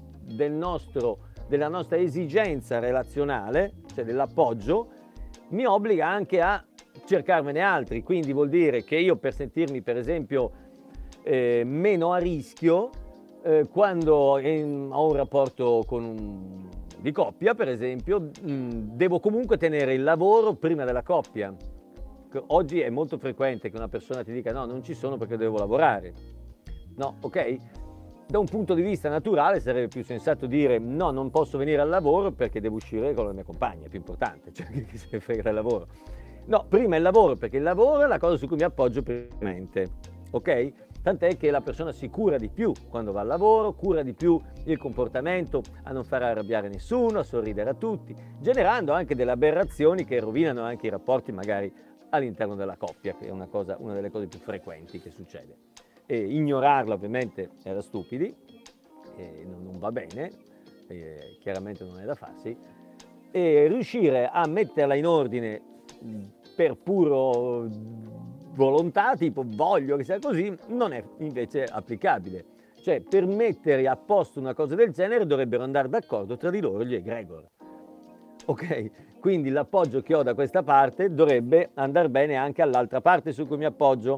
della nostra esigenza relazionale, cioè dell'appoggio, mi obbliga anche a cercarmene altri, quindi vuol dire che io, per sentirmi per esempio meno a rischio, quando ho un rapporto di coppia, per esempio, devo comunque tenere il lavoro prima della coppia. Oggi è molto frequente che una persona ti dica no, non ci sono perché devo lavorare. No, ok? Da un punto di vista naturale sarebbe più sensato dire no, non posso venire al lavoro perché devo uscire con la mia compagna, è più importante, cioè che se ne frega del lavoro. No, prima il lavoro, perché il lavoro è la cosa su cui mi appoggio primeramente, ok? Tant'è che la persona si cura di più quando va al lavoro, cura di più il comportamento a non far arrabbiare nessuno, a sorridere a tutti, generando anche delle aberrazioni che rovinano anche i rapporti magari all'interno della coppia, che è una delle cose più frequenti che succede. E ignorarla ovviamente è da stupidi, non va bene, chiaramente non è da farsi, e riuscire a metterla in ordine per puro volontà, tipo voglio che sia così, non è invece applicabile. Cioè, per mettere a posto una cosa del genere dovrebbero andare d'accordo tra di loro gli egregor. Ok? Quindi l'appoggio che ho da questa parte dovrebbe andare bene anche all'altra parte su cui mi appoggio.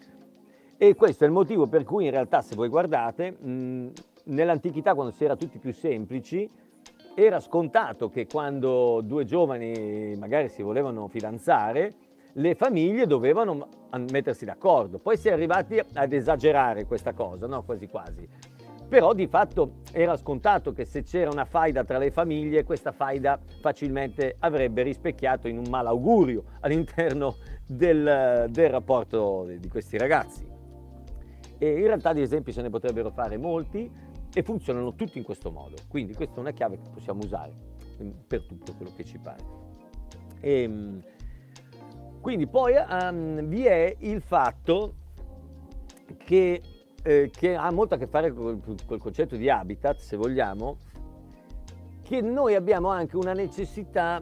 E questo è il motivo per cui in realtà, se voi guardate, nell'antichità, quando si era tutti più semplici, era scontato che quando 2 giovani magari si volevano fidanzare, le famiglie dovevano mettersi d'accordo. Poi si è arrivati ad esagerare questa cosa, no? Quasi quasi. Però di fatto era scontato che se c'era una faida tra le famiglie, questa faida facilmente avrebbe rispecchiato in un malaugurio all'interno del rapporto di questi ragazzi. E in realtà di esempi se ne potrebbero fare molti e funzionano tutti in questo modo, quindi questa è una chiave che possiamo usare per tutto quello che ci pare. Quindi poi vi è il fatto che ha molto a che fare col concetto di habitat, se vogliamo, che noi abbiamo anche una necessità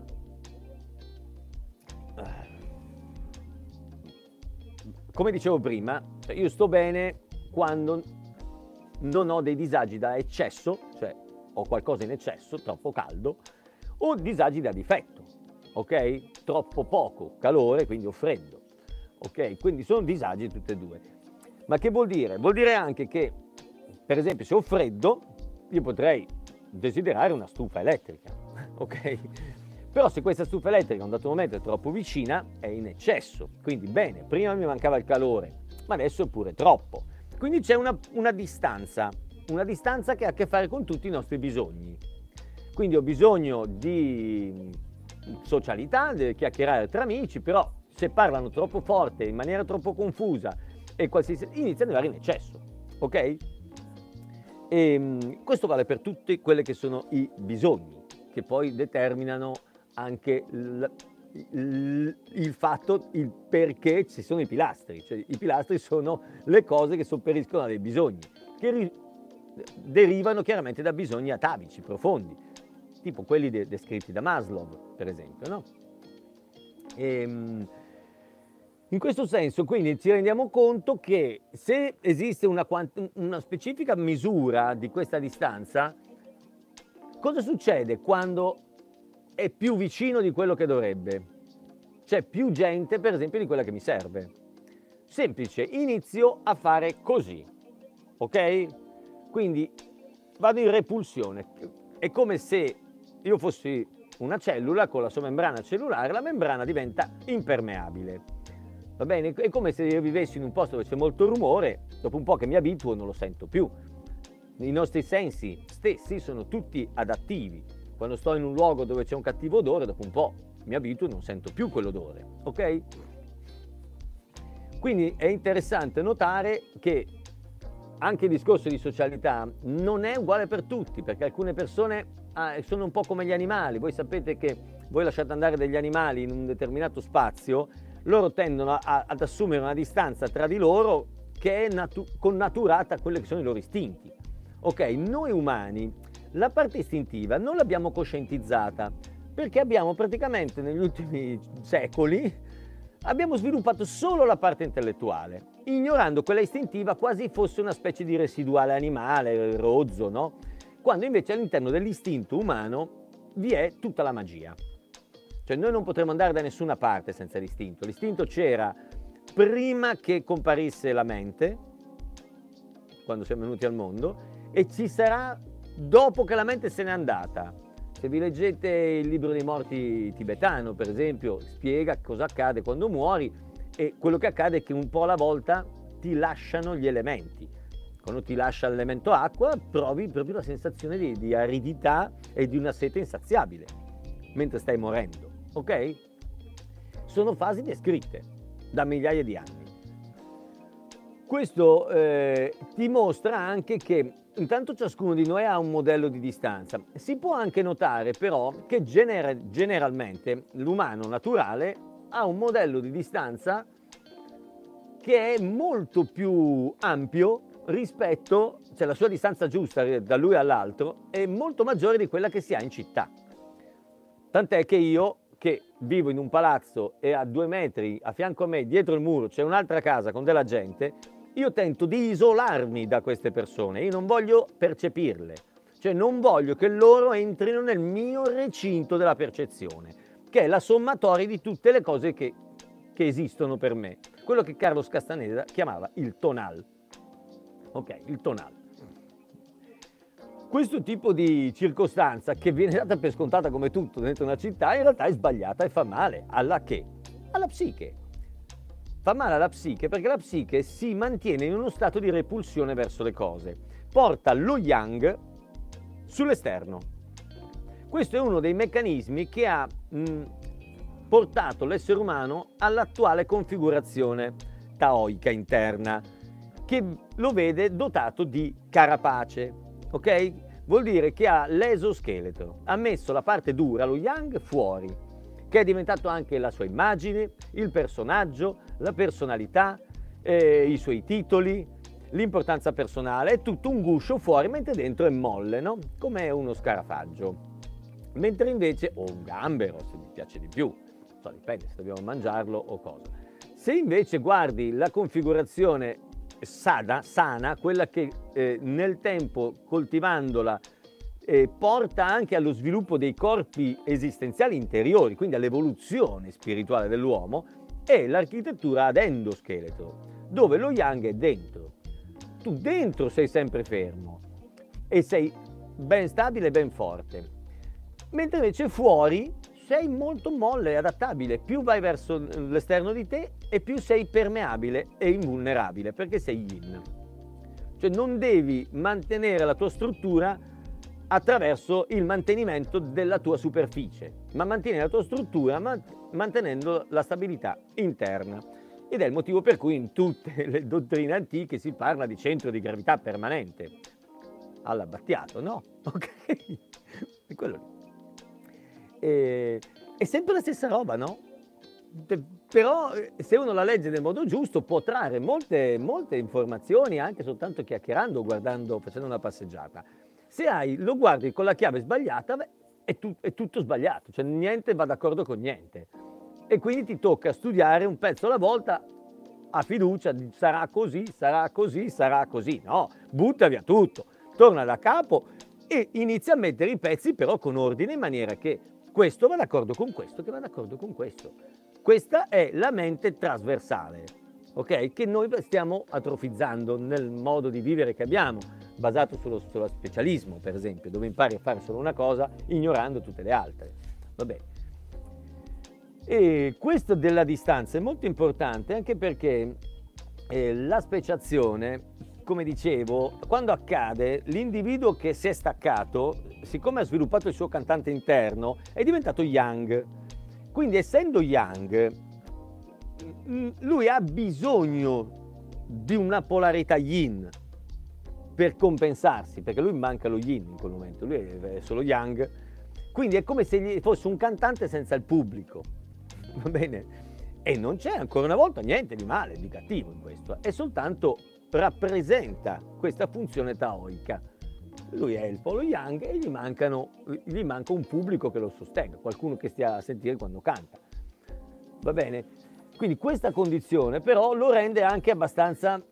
come dicevo prima, io sto bene quando non ho dei disagi da eccesso, cioè ho qualcosa in eccesso, troppo caldo, o disagi da difetto, ok? Troppo poco calore, quindi ho freddo, ok? Quindi sono disagi tutte e due. Ma che vuol dire? Vuol dire anche che, per esempio, se ho freddo, io potrei desiderare una stufa elettrica, ok? Però se questa stufa elettrica a un dato momento è troppo vicina, è in eccesso. Quindi bene, prima mi mancava il calore, ma adesso è pure troppo. Quindi c'è una distanza che ha a che fare con tutti i nostri bisogni. Quindi ho bisogno di socialità, di chiacchierare tra amici, però se parlano troppo forte, in maniera troppo confusa, e qualsiasi inizia ad andare in eccesso, ok? E questo vale per tutti quelli che sono i bisogni, che poi determinano anche il fatto, il perché ci sono i pilastri. Cioè i pilastri sono le cose che sopperiscono a dei bisogni, che derivano chiaramente da bisogni atavici, profondi, tipo quelli descritti da Maslow, per esempio, no? In questo senso, quindi, ci rendiamo conto che se esiste una specifica misura di questa distanza, cosa succede quando è più vicino di quello che dovrebbe? C'è più gente, per esempio, di quella che mi serve. Semplice, inizio a fare così, ok? Quindi vado in repulsione. È come se io fossi una cellula con la sua membrana cellulare, la membrana diventa impermeabile. Va bene? È come se io vivessi in un posto dove c'è molto rumore, dopo un po' che mi abituo non lo sento più. I nostri sensi stessi sono tutti adattivi. Quando sto in un luogo dove c'è un cattivo odore, dopo un po' mi abituo e non sento più quell'odore, ok? Quindi è interessante notare che anche il discorso di socialità non è uguale per tutti, perché alcune persone sono un po' come gli animali. Voi sapete che voi lasciate andare degli animali in un determinato spazio, loro tendono ad assumere una distanza tra di loro che è connaturata a quelli che sono i loro istinti. Ok, noi umani la parte istintiva non l'abbiamo coscientizzata perché abbiamo praticamente negli ultimi secoli abbiamo sviluppato solo la parte intellettuale, ignorando quella istintiva quasi fosse una specie di residuale animale, rozzo, no? Quando invece all'interno dell'istinto umano vi è tutta la magia. Cioè noi non potremo andare da nessuna parte senza l'istinto. L'istinto c'era prima che comparisse la mente, quando siamo venuti al mondo, e ci sarà dopo che la mente se n'è andata. Se vi leggete il libro dei morti tibetano, per esempio, spiega cosa accade quando muori, e quello che accade è che un po' alla volta ti lasciano gli elementi. Quando ti lascia l'elemento acqua, provi proprio la sensazione di aridità e di una sete insaziabile, mentre stai morendo, ok? Sono fasi descritte da migliaia di anni. Questo dimostra anche che intanto ciascuno di noi ha un modello di distanza. Si può anche notare però che generalmente l'umano naturale ha un modello di distanza che è molto più ampio rispetto, cioè la sua distanza giusta da lui all'altro è molto maggiore di quella che si ha in città. Tant'è che io, che vivo in un palazzo e a 2 metri a fianco a me, dietro il muro, c'è un'altra casa con della gente, io tento di isolarmi da queste persone, io non voglio percepirle, cioè non voglio che loro entrino nel mio recinto della percezione, che è la sommatoria di tutte le cose che esistono per me, quello che Carlos Castaneda chiamava il tonal. Ok, il tonal. Questo tipo di circostanza, che viene data per scontata come tutto dentro una città, in realtà è sbagliata e fa male. Alla che? Alla psiche. fa male alla psiche perché la psiche si mantiene in uno stato di repulsione verso le cose, porta lo yang sull'esterno. Questo è uno dei meccanismi che ha portato l'essere umano all'attuale configurazione taoica interna, che lo vede dotato di carapace, ok? Vuol dire che ha l'esoscheletro, ha messo la parte dura, lo yang, fuori, che è diventato anche la sua immagine, il personaggio, la personalità, i suoi titoli, l'importanza personale, è tutto un guscio fuori, mentre dentro è molle, no? Come uno scarafaggio. Mentre invece, o un gambero, se mi piace di più, dipende se dobbiamo mangiarlo o cosa. Se invece guardi la configurazione sana, quella che nel tempo, coltivandola, porta anche allo sviluppo dei corpi esistenziali interiori, quindi all'evoluzione spirituale dell'uomo, è l'architettura ad endoscheletro, dove lo yang è dentro. Tu dentro sei sempre fermo e sei ben stabile e ben forte, mentre invece fuori sei molto molle e adattabile. Più vai verso l'esterno di te e più sei permeabile e invulnerabile, perché sei yin. Cioè non devi mantenere la tua struttura attraverso il mantenimento della tua superficie, ma mantieni la tua struttura mantenendo la stabilità interna. Ed è il motivo per cui in tutte le dottrine antiche si parla di centro di gravità permanente. All'Abbattiato, no? Ok? È quello lì. È sempre la stessa roba, no? Però se uno la legge nel modo giusto può trarre molte informazioni anche soltanto chiacchierando, guardando, facendo una passeggiata. Se lo guardi con la chiave sbagliata, è tutto sbagliato, cioè niente va d'accordo con niente. E quindi ti tocca studiare un pezzo alla volta a fiducia, sarà così, sarà così, sarà così. No, butta via tutto, torna da capo e inizia a mettere i pezzi però con ordine, in maniera che questo va d'accordo con questo, che va d'accordo con questo. Questa è la mente trasversale, ok? Che noi stiamo atrofizzando nel modo di vivere che abbiamo, basato sullo specialismo, per esempio, dove impari a fare solo una cosa ignorando tutte le altre. Va bene. E questo della distanza è molto importante anche perché la speciazione, come dicevo, quando accade, l'individuo che si è staccato, siccome ha sviluppato il suo cantante interno, è diventato yang. Quindi essendo yang, lui ha bisogno di una polarità yin per compensarsi, perché lui manca lo yin in quel momento, lui è solo yang. Quindi è come se gli fosse un cantante senza il pubblico, va bene? E non c'è ancora una volta niente di male, di cattivo in questo, è soltanto rappresenta questa funzione taoica. Lui è il polo yang e gli manca un pubblico che lo sostenga, qualcuno che stia a sentire quando canta. Va bene? Quindi questa condizione però lo rende anche abbastanza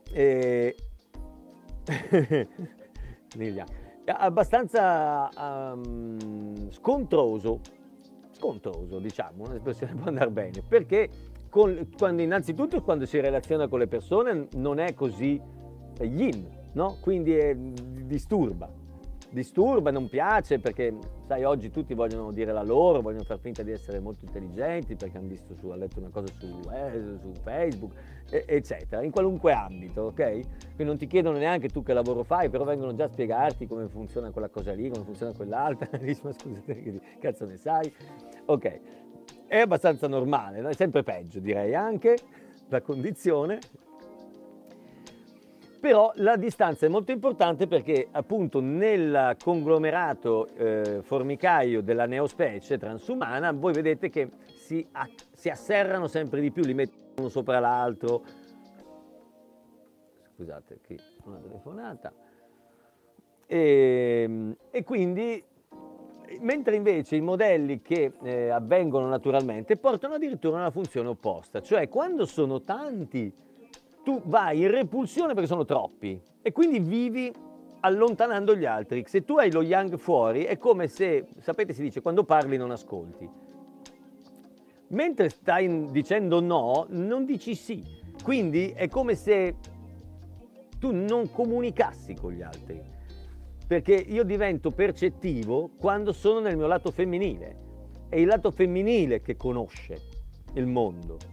scontroso, diciamo, un'espressione può andare bene, perché innanzitutto quando si relaziona con le persone non è così yin, no? Quindi disturba, non piace, perché sai, oggi tutti vogliono dire la loro, vogliono far finta di essere molto intelligenti perché hanno letto una cosa su Facebook, eccetera, in qualunque ambito, ok? Quindi non ti chiedono neanche tu che lavoro fai, però vengono già a spiegarti come funziona quella cosa lì, come funziona quell'altra. Dici, ma scusa, che cazzo ne sai? Ok, è abbastanza normale, no? È sempre peggio, direi, anche la condizione. Però la distanza è molto importante perché appunto nel conglomerato formicaio della neospecie transumana voi vedete che si asserrano sempre di più, li mettono uno sopra l'altro. Scusate, qui una telefonata. E quindi, mentre invece i modelli che avvengono naturalmente portano addirittura una funzione opposta, cioè quando sono tanti tu vai in repulsione perché sono troppi e quindi vivi allontanando gli altri. Se tu hai lo yang fuori è come se, sapete, si dice quando parli non ascolti. Mentre stai dicendo no, non dici sì. Quindi è come se tu non comunicassi con gli altri. Perché io divento percettivo quando sono nel mio lato femminile. È il lato femminile che conosce il mondo.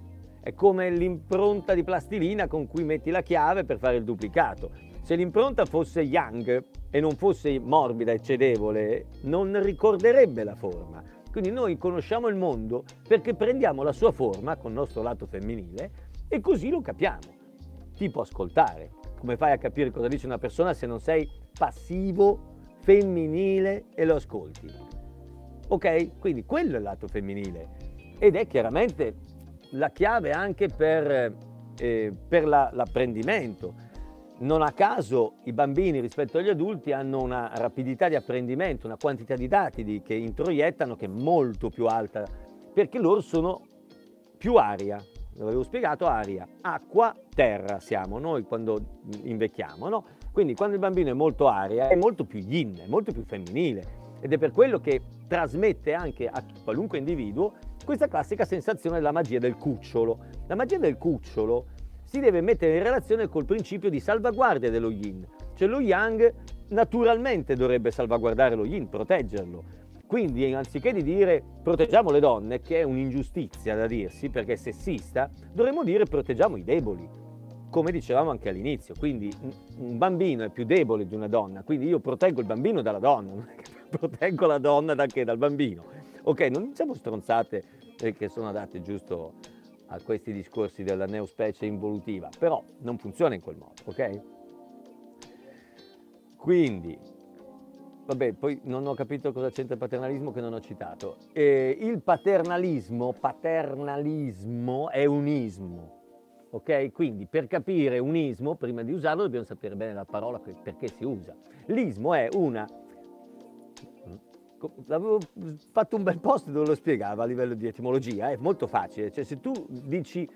È come l'impronta di plastilina con cui metti la chiave per fare il duplicato. Se l'impronta fosse Young e non fosse morbida e cedevole, non ricorderebbe la forma. Quindi noi conosciamo il mondo perché prendiamo la sua forma con il nostro lato femminile e così lo capiamo. Tipo ascoltare. Come fai a capire cosa dice una persona se non sei passivo, femminile e lo ascolti? Ok? Quindi quello è il lato femminile ed è chiaramente la chiave anche per l'apprendimento. Non a caso i bambini rispetto agli adulti hanno una rapidità di apprendimento, una quantità di dati che introiettano che è molto più alta, perché loro sono più aria. L'avevo spiegato, aria, acqua, terra siamo noi quando invecchiamo, no? Quindi quando il bambino è molto aria è molto più yin, è molto più femminile ed è per quello che trasmette anche a qualunque individuo questa classica sensazione della magia del cucciolo. La magia del cucciolo si deve mettere in relazione col principio di salvaguardia dello yin, cioè lo yang naturalmente dovrebbe salvaguardare lo yin, proteggerlo. Quindi anziché di dire proteggiamo le donne, che è un'ingiustizia da dirsi perché è sessista, dovremmo dire proteggiamo i deboli, come dicevamo anche all'inizio. Quindi un bambino è più debole di una donna, quindi io proteggo il bambino dalla donna, non è che proteggo la donna dal bambino. Ok, non diciamo stronzate che sono adatte giusto a questi discorsi della neospecie involutiva, però non funziona in quel modo, ok? Quindi, vabbè, poi non ho capito cosa c'entra il paternalismo che non ho citato. Il paternalismo è un ismo, ok? Quindi per capire un ismo, prima di usarlo dobbiamo sapere bene la parola perché si usa. L'ismo è una... Avevo fatto un bel post dove lo spiegava a livello di etimologia, è molto facile, cioè se tu dici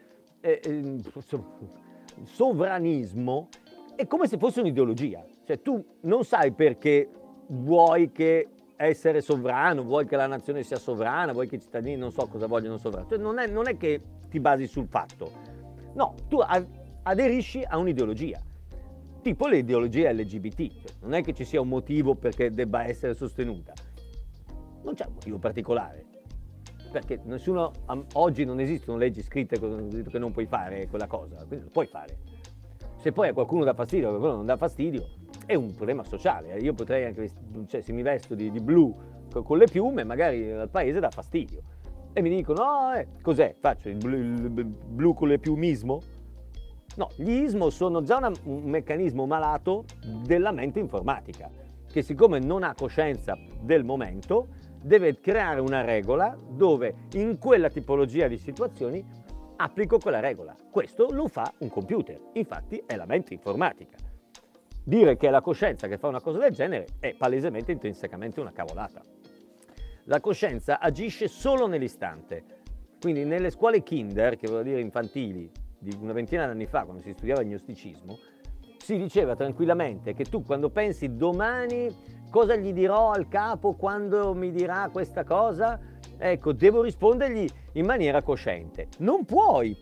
sovranismo è come se fosse un'ideologia, cioè tu non sai perché vuoi che essere sovrano, vuoi che la nazione sia sovrana, vuoi che i cittadini non so cosa vogliono sovrano, cioè non è che ti basi sul fatto, no, tu aderisci a un'ideologia. Tipo le ideologie LGBT, cioè non è che ci sia un motivo perché debba essere sostenuta. Non c'è un motivo particolare, perché oggi non esistono leggi scritte che non puoi fare quella cosa, quindi lo puoi fare. Se poi a qualcuno dà fastidio, a qualcuno non dà fastidio, è un problema sociale. Io potrei anche, cioè se mi vesto di blu con le piume, magari al paese dà fastidio. E mi dicono, cos'è? Faccio il blu con le piumismo? No, gli ismo sono già un meccanismo malato della mente informatica, che siccome non ha coscienza del momento, deve creare una regola dove in quella tipologia di situazioni applico quella regola. Questo lo fa un computer, infatti è la mente informatica. Dire che è la coscienza che fa una cosa del genere è palesemente intrinsecamente una cavolata. La coscienza agisce solo nell'istante, quindi nelle scuole kinder, che vuol dire infantili, di una ventina di anni fa, quando si studiava il gnosticismo, si diceva tranquillamente che tu quando pensi domani cosa gli dirò al capo quando mi dirà questa cosa, ecco, devo rispondergli in maniera cosciente. Non puoi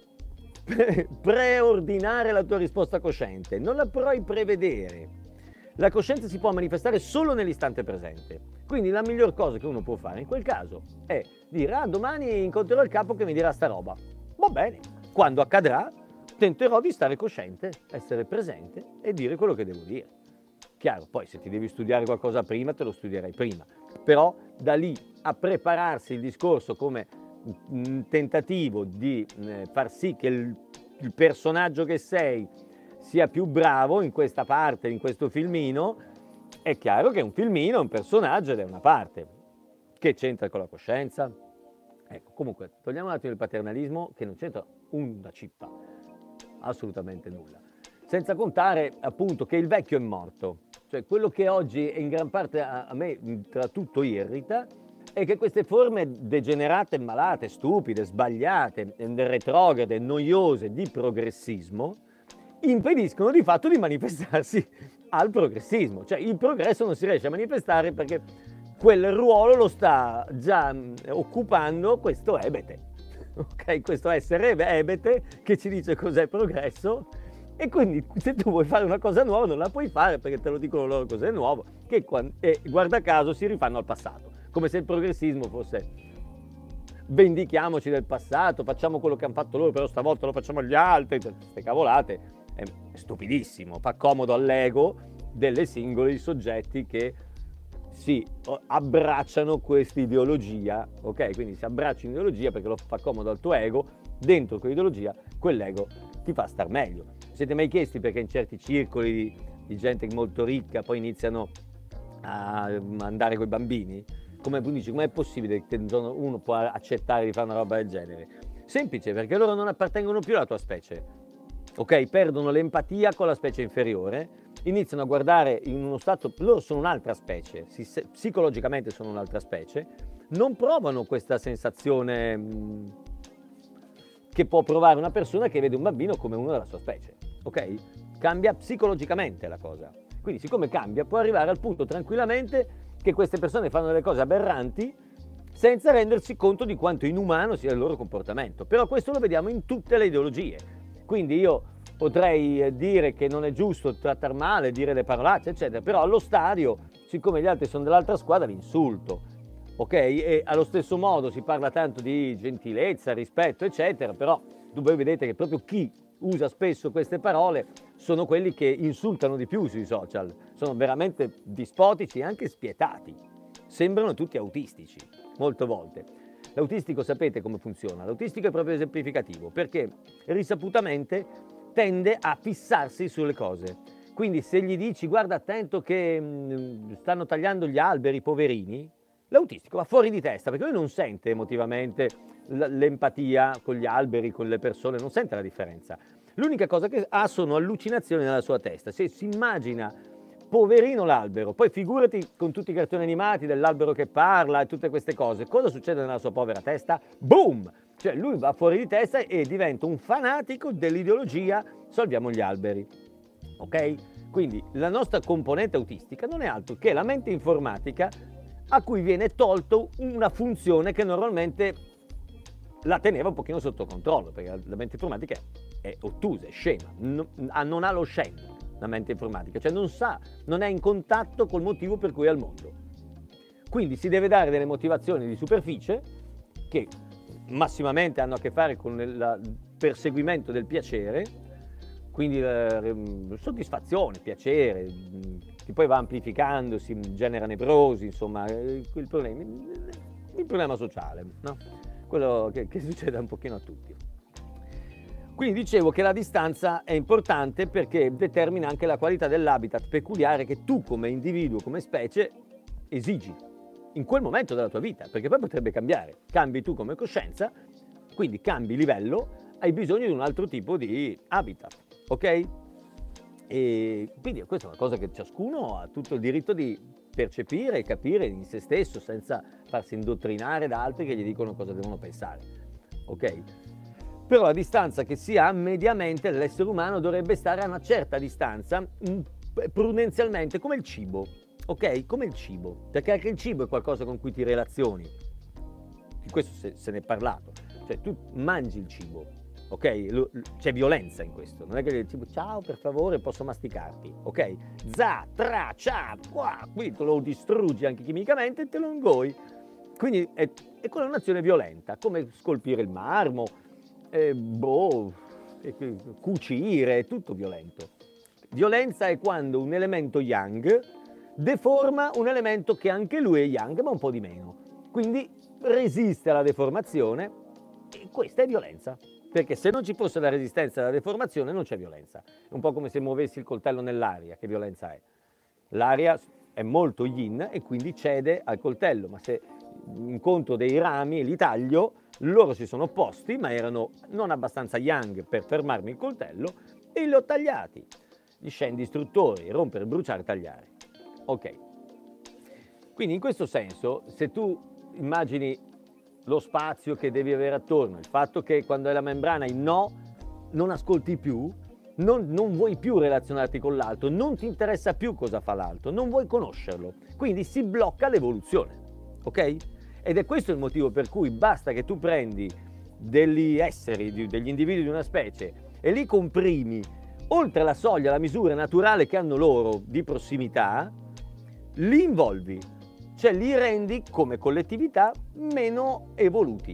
preordinare la tua risposta cosciente, non la puoi prevedere. La coscienza si può manifestare solo nell'istante presente. Quindi la miglior cosa che uno può fare in quel caso è dire domani incontrerò il capo che mi dirà sta roba. Va bene, quando accadrà tenterò di stare cosciente, essere presente e dire quello che devo dire. Chiaro, poi se ti devi studiare qualcosa prima, te lo studierai prima. Però da lì a prepararsi il discorso come un tentativo di far sì che il personaggio che sei sia più bravo in questa parte, in questo filmino, è chiaro che un filmino è un personaggio ed è una parte. Che c'entra con la coscienza? Ecco, comunque, togliamo un attimo il paternalismo che non c'entra una cippa. Assolutamente nulla, senza contare appunto che il vecchio è morto, cioè quello che oggi in gran parte a me tra tutto irrita è che queste forme degenerate, malate, stupide, sbagliate, retrograde, noiose di progressismo impediscono di fatto di manifestarsi al progressismo, cioè il progresso non si riesce a manifestare perché quel ruolo lo sta già occupando questo ebete. Ok, questo essere ebete che ci dice cos'è progresso e quindi se tu vuoi fare una cosa nuova non la puoi fare perché te lo dicono loro cos'è nuovo e guarda caso si rifanno al passato, come se il progressismo fosse vendichiamoci del passato, facciamo quello che hanno fatto loro, però stavolta lo facciamo agli altri, queste cavolate, è stupidissimo, fa comodo all'ego delle singoli soggetti che si abbracciano questa ideologia, ok? Quindi si abbracciano ideologia perché lo fa comodo al tuo ego, dentro quell'ideologia, quell'ego ti fa star meglio. Siete mai chiesti perché in certi circoli di gente molto ricca poi iniziano a andare coi bambini? Come dici, com'è possibile che uno può accettare di fare una roba del genere? Semplice, perché loro non appartengono più alla tua specie, ok? Perdono l'empatia con la specie inferiore, iniziano a guardare in uno stato, loro sono un'altra specie, psicologicamente sono un'altra specie, non provano questa sensazione che può provare una persona che vede un bambino come uno della sua specie, ok? Cambia psicologicamente la cosa. Quindi siccome cambia, può arrivare al punto tranquillamente che queste persone fanno delle cose aberranti senza rendersi conto di quanto inumano sia il loro comportamento. Però questo lo vediamo in tutte le ideologie. Quindi io potrei dire che non è giusto trattare male, dire le parolacce, eccetera, però allo stadio, siccome gli altri sono dell'altra squadra, vi insulto, ok? E allo stesso modo si parla tanto di gentilezza, rispetto, eccetera, però voi vedete che proprio chi usa spesso queste parole sono quelli che insultano di più sui social, sono veramente dispotici e anche spietati, sembrano tutti autistici, molte volte. L'autistico sapete come funziona? L'autistico è proprio esemplificativo perché risaputamente tende a fissarsi sulle cose. Quindi se gli dici guarda attento che stanno tagliando gli alberi poverini, l'autistico va fuori di testa perché lui non sente emotivamente l'empatia con gli alberi, con le persone, non sente la differenza. L'unica cosa che ha sono allucinazioni nella sua testa. Se si immagina poverino l'albero, poi figurati con tutti i cartoni animati dell'albero che parla e tutte queste cose, cosa succede nella sua povera testa? Boom! Cioè lui va fuori di testa e diventa un fanatico dell'ideologia salviamo gli alberi, ok? Quindi la nostra componente autistica non è altro che la mente informatica a cui viene tolto una funzione che normalmente la teneva un pochino sotto controllo, perché la mente informatica è ottusa, è scema, non ha lo scemo la mente informatica, cioè non è in contatto col motivo per cui è al mondo. Quindi si deve dare delle motivazioni di superficie che massimamente hanno a che fare con il perseguimento del piacere, quindi soddisfazione, piacere, che poi va amplificando, si genera nevrosi, insomma, il problema sociale, no? Quello che succede un pochino a tutti. Quindi dicevo che la distanza è importante perché determina anche la qualità dell'habitat peculiare che tu come individuo, come specie, esigi in quel momento della tua vita, perché poi potrebbe cambiare. Cambi tu come coscienza, quindi cambi livello, hai bisogno di un altro tipo di habitat, ok? E quindi questa è una cosa che ciascuno ha tutto il diritto di percepire e capire in se stesso senza farsi indottrinare da altri che gli dicono cosa devono pensare, ok? Però la distanza che si ha mediamente l'essere umano dovrebbe stare a una certa distanza, prudenzialmente, come il cibo, ok? Come il cibo, perché anche il cibo è qualcosa con cui ti relazioni, di questo se ne è parlato, cioè tu mangi il cibo, ok? C'è violenza in questo, non è che il cibo, ciao per favore posso masticarti, ok? Za, tra, cia, qua, qui te lo distruggi anche chimicamente e te lo ingoi, quindi è quella un'azione violenta, come scolpire il marmo, cucire, è tutto violento. Violenza è quando un elemento yang deforma un elemento che anche lui è yang ma un po' di meno, quindi resiste alla deformazione e questa è violenza, perché se non ci fosse la resistenza alla deformazione non c'è violenza. È un po' come se muovessi il coltello nell'aria, che violenza è? L'aria è molto yin e quindi cede al coltello, ma se incontro dei rami e li taglio, loro si sono opposti ma erano non abbastanza yang per fermarmi il coltello e li ho tagliati. Gli scendi istruttori, rompere, bruciare, tagliare. Ok. Quindi in questo senso, se tu immagini lo spazio che devi avere attorno, il fatto che quando è la membrana il no, non ascolti più, non vuoi più relazionarti con l'altro, non ti interessa più cosa fa l'altro, non vuoi conoscerlo, quindi si blocca l'evoluzione, ok? Ed è questo il motivo per cui basta che tu prendi degli esseri, degli individui di una specie e li comprimi oltre la soglia, la misura naturale che hanno loro di prossimità, li involvi, cioè li rendi come collettività meno evoluti,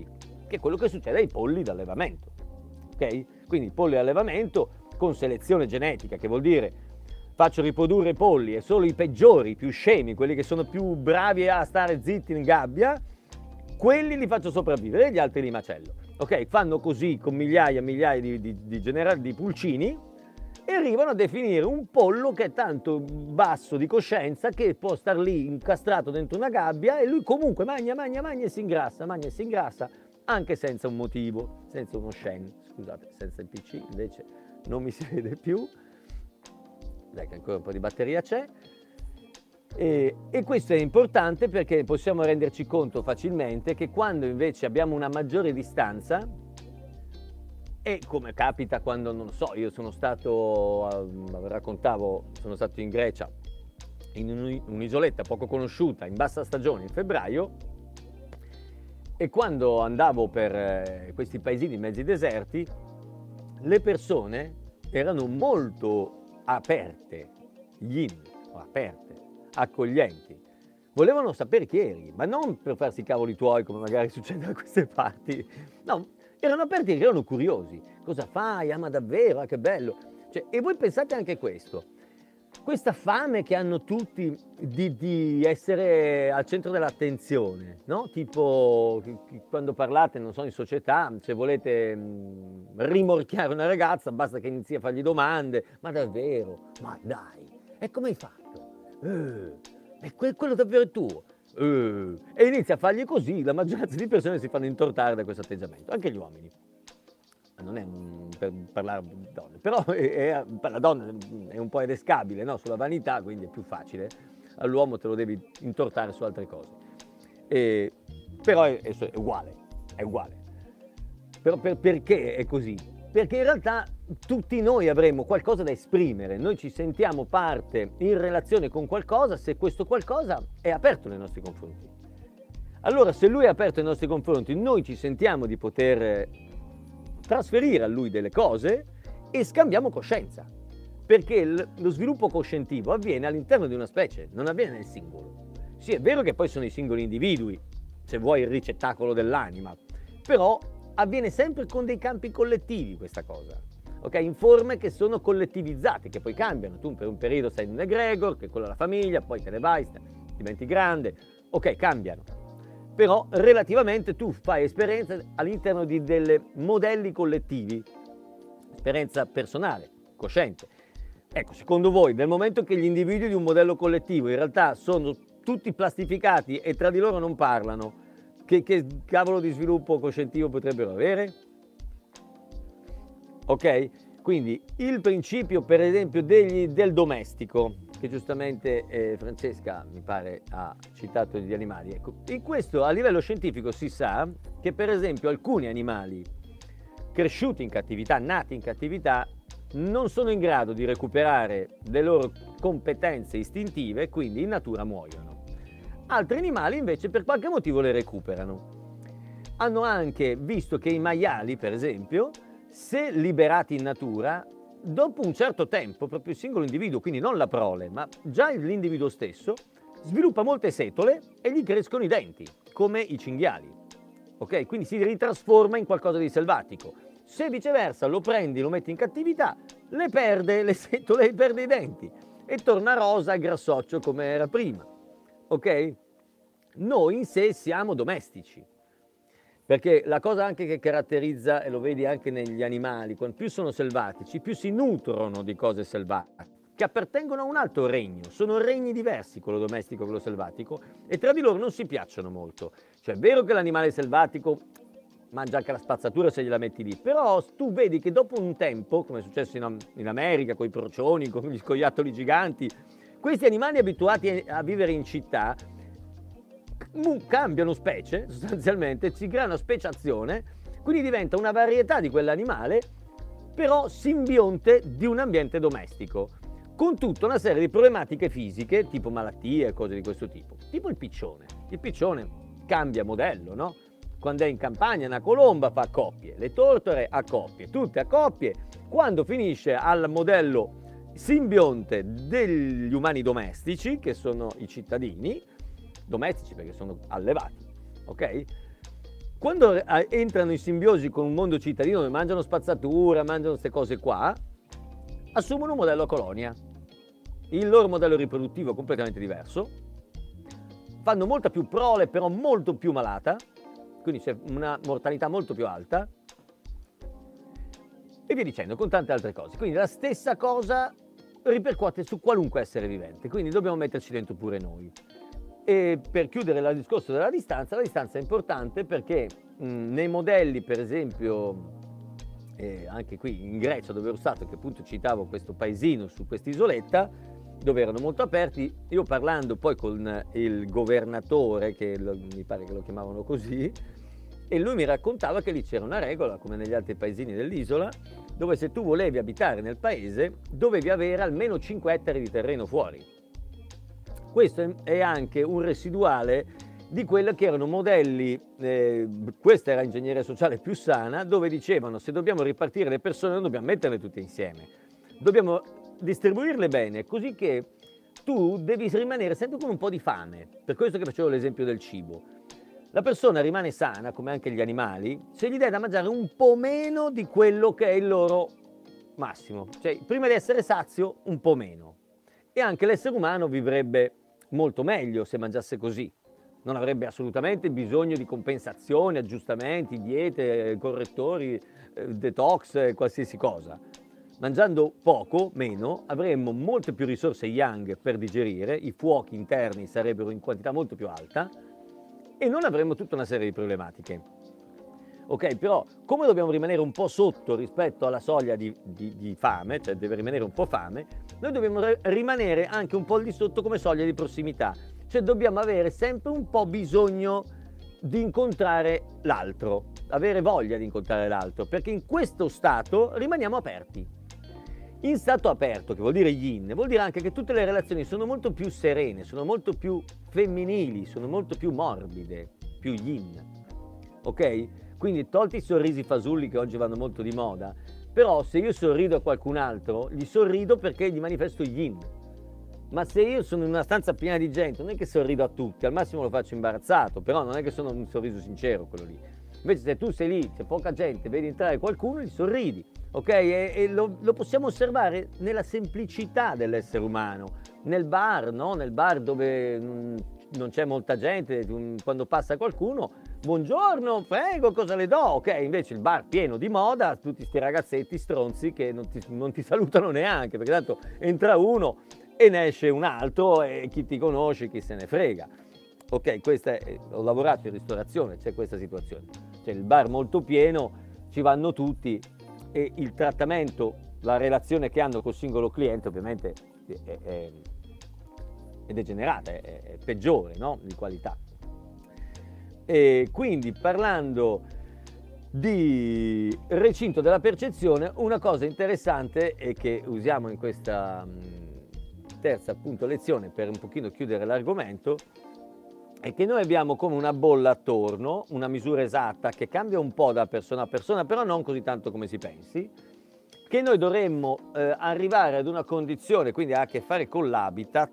che è quello che succede ai polli d'allevamento. Ok? Quindi polli d'allevamento con selezione genetica, che vuol dire faccio riprodurre i polli e solo i peggiori, i più scemi, quelli che sono più bravi a stare zitti in gabbia, quelli li faccio sopravvivere e gli altri li macello. Ok? Fanno così con migliaia e migliaia di pulcini e arrivano a definire un pollo che è tanto basso di coscienza che può star lì incastrato dentro una gabbia e lui comunque mangia e si ingrassa, anche senza un motivo, senza uno Shen, scusate, senza il PC invece non mi si vede più, dai che ancora un po' di batteria c'è. E questo è importante perché possiamo renderci conto facilmente che quando invece abbiamo una maggiore distanza, e come capita quando, non so, io sono stato, raccontavo, sono stato in Grecia, in un'isoletta poco conosciuta, in bassa stagione, in febbraio, e quando andavo per questi paesini mezzi deserti, le persone erano molto aperte, accoglienti. Volevano sapere chi eri, ma non per farsi i cavoli tuoi come magari succede da queste parti. No, erano aperti perché erano curiosi. Cosa fai? Ah, ma davvero? Ah, che bello. Cioè, e voi pensate anche questo. Questa fame che hanno tutti di essere al centro dell'attenzione, no? Tipo quando parlate, non so, in società, se volete rimorchiare una ragazza, basta che inizi a fargli domande. Ma davvero? Ma dai, e come hai fatto? E quello davvero è tuo? E inizia a fargli così, la maggioranza di persone si fanno intortare da questo atteggiamento, anche gli uomini. Non è per parlare di donne, però per la donna è un po' edescabile, no? Sulla vanità, quindi è più facile. All'uomo te lo devi intortare su altre cose. Però è uguale. Però perché è così? Perché in realtà tutti noi avremo qualcosa da esprimere, noi ci sentiamo parte in relazione con qualcosa se questo qualcosa è aperto nei nostri confronti. Allora, se lui è aperto nei nostri confronti, noi ci sentiamo di poter trasferire a lui delle cose e scambiamo coscienza, perché lo sviluppo coscientivo avviene all'interno di una specie, non avviene nel singolo. Sì, è vero che poi sono i singoli individui, se vuoi il ricettacolo dell'anima, però avviene sempre con dei campi collettivi questa cosa, ok? In forme che sono collettivizzate, che poi cambiano. Tu per un periodo sei in un egregor, che è quello della famiglia, poi te ne vai, diventi grande, ok, cambiano. Però relativamente tu fai esperienza all'interno di dei modelli collettivi, esperienza personale, cosciente. Ecco, secondo voi, nel momento che gli individui di un modello collettivo in realtà sono tutti plastificati e tra di loro non parlano, che cavolo di sviluppo coscientivo potrebbero avere? Ok? Quindi il principio, per esempio, del domestico, che giustamente Francesca, mi pare, ha citato gli animali. Ecco, in questo a livello scientifico si sa che, per esempio, alcuni animali cresciuti in cattività, nati in cattività, non sono in grado di recuperare le loro competenze istintive, quindi in natura muoiono. Altri animali invece per qualche motivo le recuperano. Hanno anche visto che i maiali, per esempio, se liberati in natura, dopo un certo tempo, proprio il singolo individuo, quindi non la prole, ma già l'individuo stesso, sviluppa molte setole e gli crescono i denti, come i cinghiali. Ok? Quindi si ritrasforma in qualcosa di selvatico. Se viceversa lo prendi, lo metti in cattività, le perde le setole e perde i denti e torna rosa e grassoccio come era prima. Ok? Noi in sé siamo domestici. Perché la cosa anche che caratterizza, e lo vedi anche negli animali, quanto più sono selvatici, più si nutrono di cose selvatiche, che appartengono a un altro regno. Sono regni diversi, quello domestico e quello selvatico, e tra di loro non si piacciono molto. Cioè è vero che l'animale selvatico mangia anche la spazzatura se gliela metti lì, però tu vedi che dopo un tempo, come è successo in America, con i procioni, con gli scoiattoli giganti, questi animali abituati a vivere in città cambiano specie, sostanzialmente, si crea una speciazione, quindi diventa una varietà di quell'animale, però simbionte di un ambiente domestico, con tutta una serie di problematiche fisiche, tipo malattie e cose di questo tipo. Tipo il piccione. Il piccione cambia modello, no? Quando è in campagna una colomba fa a coppie, le tortore a coppie, tutte a coppie. Quando finisce al modello simbionte degli umani domestici, che sono i cittadini, domestici perché sono allevati, ok? Quando entrano in simbiosi con un mondo cittadino dove mangiano spazzatura, mangiano queste cose qua, assumono un modello a colonia. Il loro modello riproduttivo è completamente diverso, fanno molta più prole, però molto più malata, quindi c'è una mortalità molto più alta, e via dicendo, con tante altre cose. Quindi la stessa cosa ripercuote su qualunque essere vivente, quindi dobbiamo metterci dentro pure noi. E per chiudere il discorso della distanza, la distanza è importante perché nei modelli, per esempio, anche qui in Grecia dove ero stato, che appunto citavo questo paesino su quest'isoletta, dove erano molto aperti, io parlando poi con il governatore, che mi pare che lo chiamavano così, e lui mi raccontava che lì c'era una regola, come negli altri paesini dell'isola, dove se tu volevi abitare nel paese dovevi avere almeno 5 ettari di terreno fuori. Questo è anche un residuale di quelli che erano modelli, questa era ingegneria sociale più sana, dove dicevano se dobbiamo ripartire le persone non dobbiamo metterle tutte insieme, dobbiamo distribuirle bene, così che tu devi rimanere sempre con un po' di fame. Per questo che facevo l'esempio del cibo. La persona rimane sana, come anche gli animali, se gli dai da mangiare un po' meno di quello che è il loro massimo. Cioè, prima di essere sazio, un po' meno. E anche l'essere umano vivrebbe molto meglio se mangiasse così. Non avrebbe assolutamente bisogno di compensazioni, aggiustamenti, diete, correttori, detox, qualsiasi cosa. Mangiando poco, meno, avremmo molte più risorse yang per digerire, i fuochi interni sarebbero in quantità molto più alta e non avremmo tutta una serie di problematiche. Ok, però come dobbiamo rimanere un po' sotto rispetto alla soglia di fame, cioè deve rimanere un po' fame, noi dobbiamo rimanere anche un po' al di sotto come soglia di prossimità, cioè dobbiamo avere sempre un po' bisogno di incontrare l'altro, avere voglia di incontrare l'altro, perché in questo stato rimaniamo aperti. In stato aperto, che vuol dire yin, vuol dire anche che tutte le relazioni sono molto più serene, sono molto più femminili, sono molto più morbide, più yin, ok? Quindi tolti i sorrisi fasulli che oggi vanno molto di moda, però se io sorrido a qualcun altro, gli sorrido perché gli manifesto yin. Ma se io sono in una stanza piena di gente, non è che sorrido a tutti, al massimo lo faccio imbarazzato, però non è che sono un sorriso sincero quello lì. Invece se tu sei lì, c'è poca gente, vedi entrare qualcuno, gli sorridi, ok? E lo possiamo osservare nella semplicità dell'essere umano. Nel bar, no? Nel bar dove non c'è molta gente, quando passa qualcuno, buongiorno, prego, cosa le do? Ok, invece il bar pieno di moda, tutti sti ragazzetti stronzi che non ti salutano neanche, perché tanto entra uno e ne esce un altro e chi ti conosce, chi se ne frega. Ok, ho lavorato in ristorazione, c'è questa situazione. C'è il bar molto pieno, ci vanno tutti e il trattamento, la relazione che hanno col singolo cliente ovviamente è degenerata, è peggiore, no? Di qualità. E quindi parlando di recinto della percezione, una cosa interessante e che usiamo in questa terza appunto lezione per un pochino chiudere l'argomento è che noi abbiamo come una bolla attorno, una misura esatta che cambia un po' da persona a persona, però non così tanto come si pensi, che noi dovremmo arrivare ad una condizione, quindi ha a che fare con l'habitat,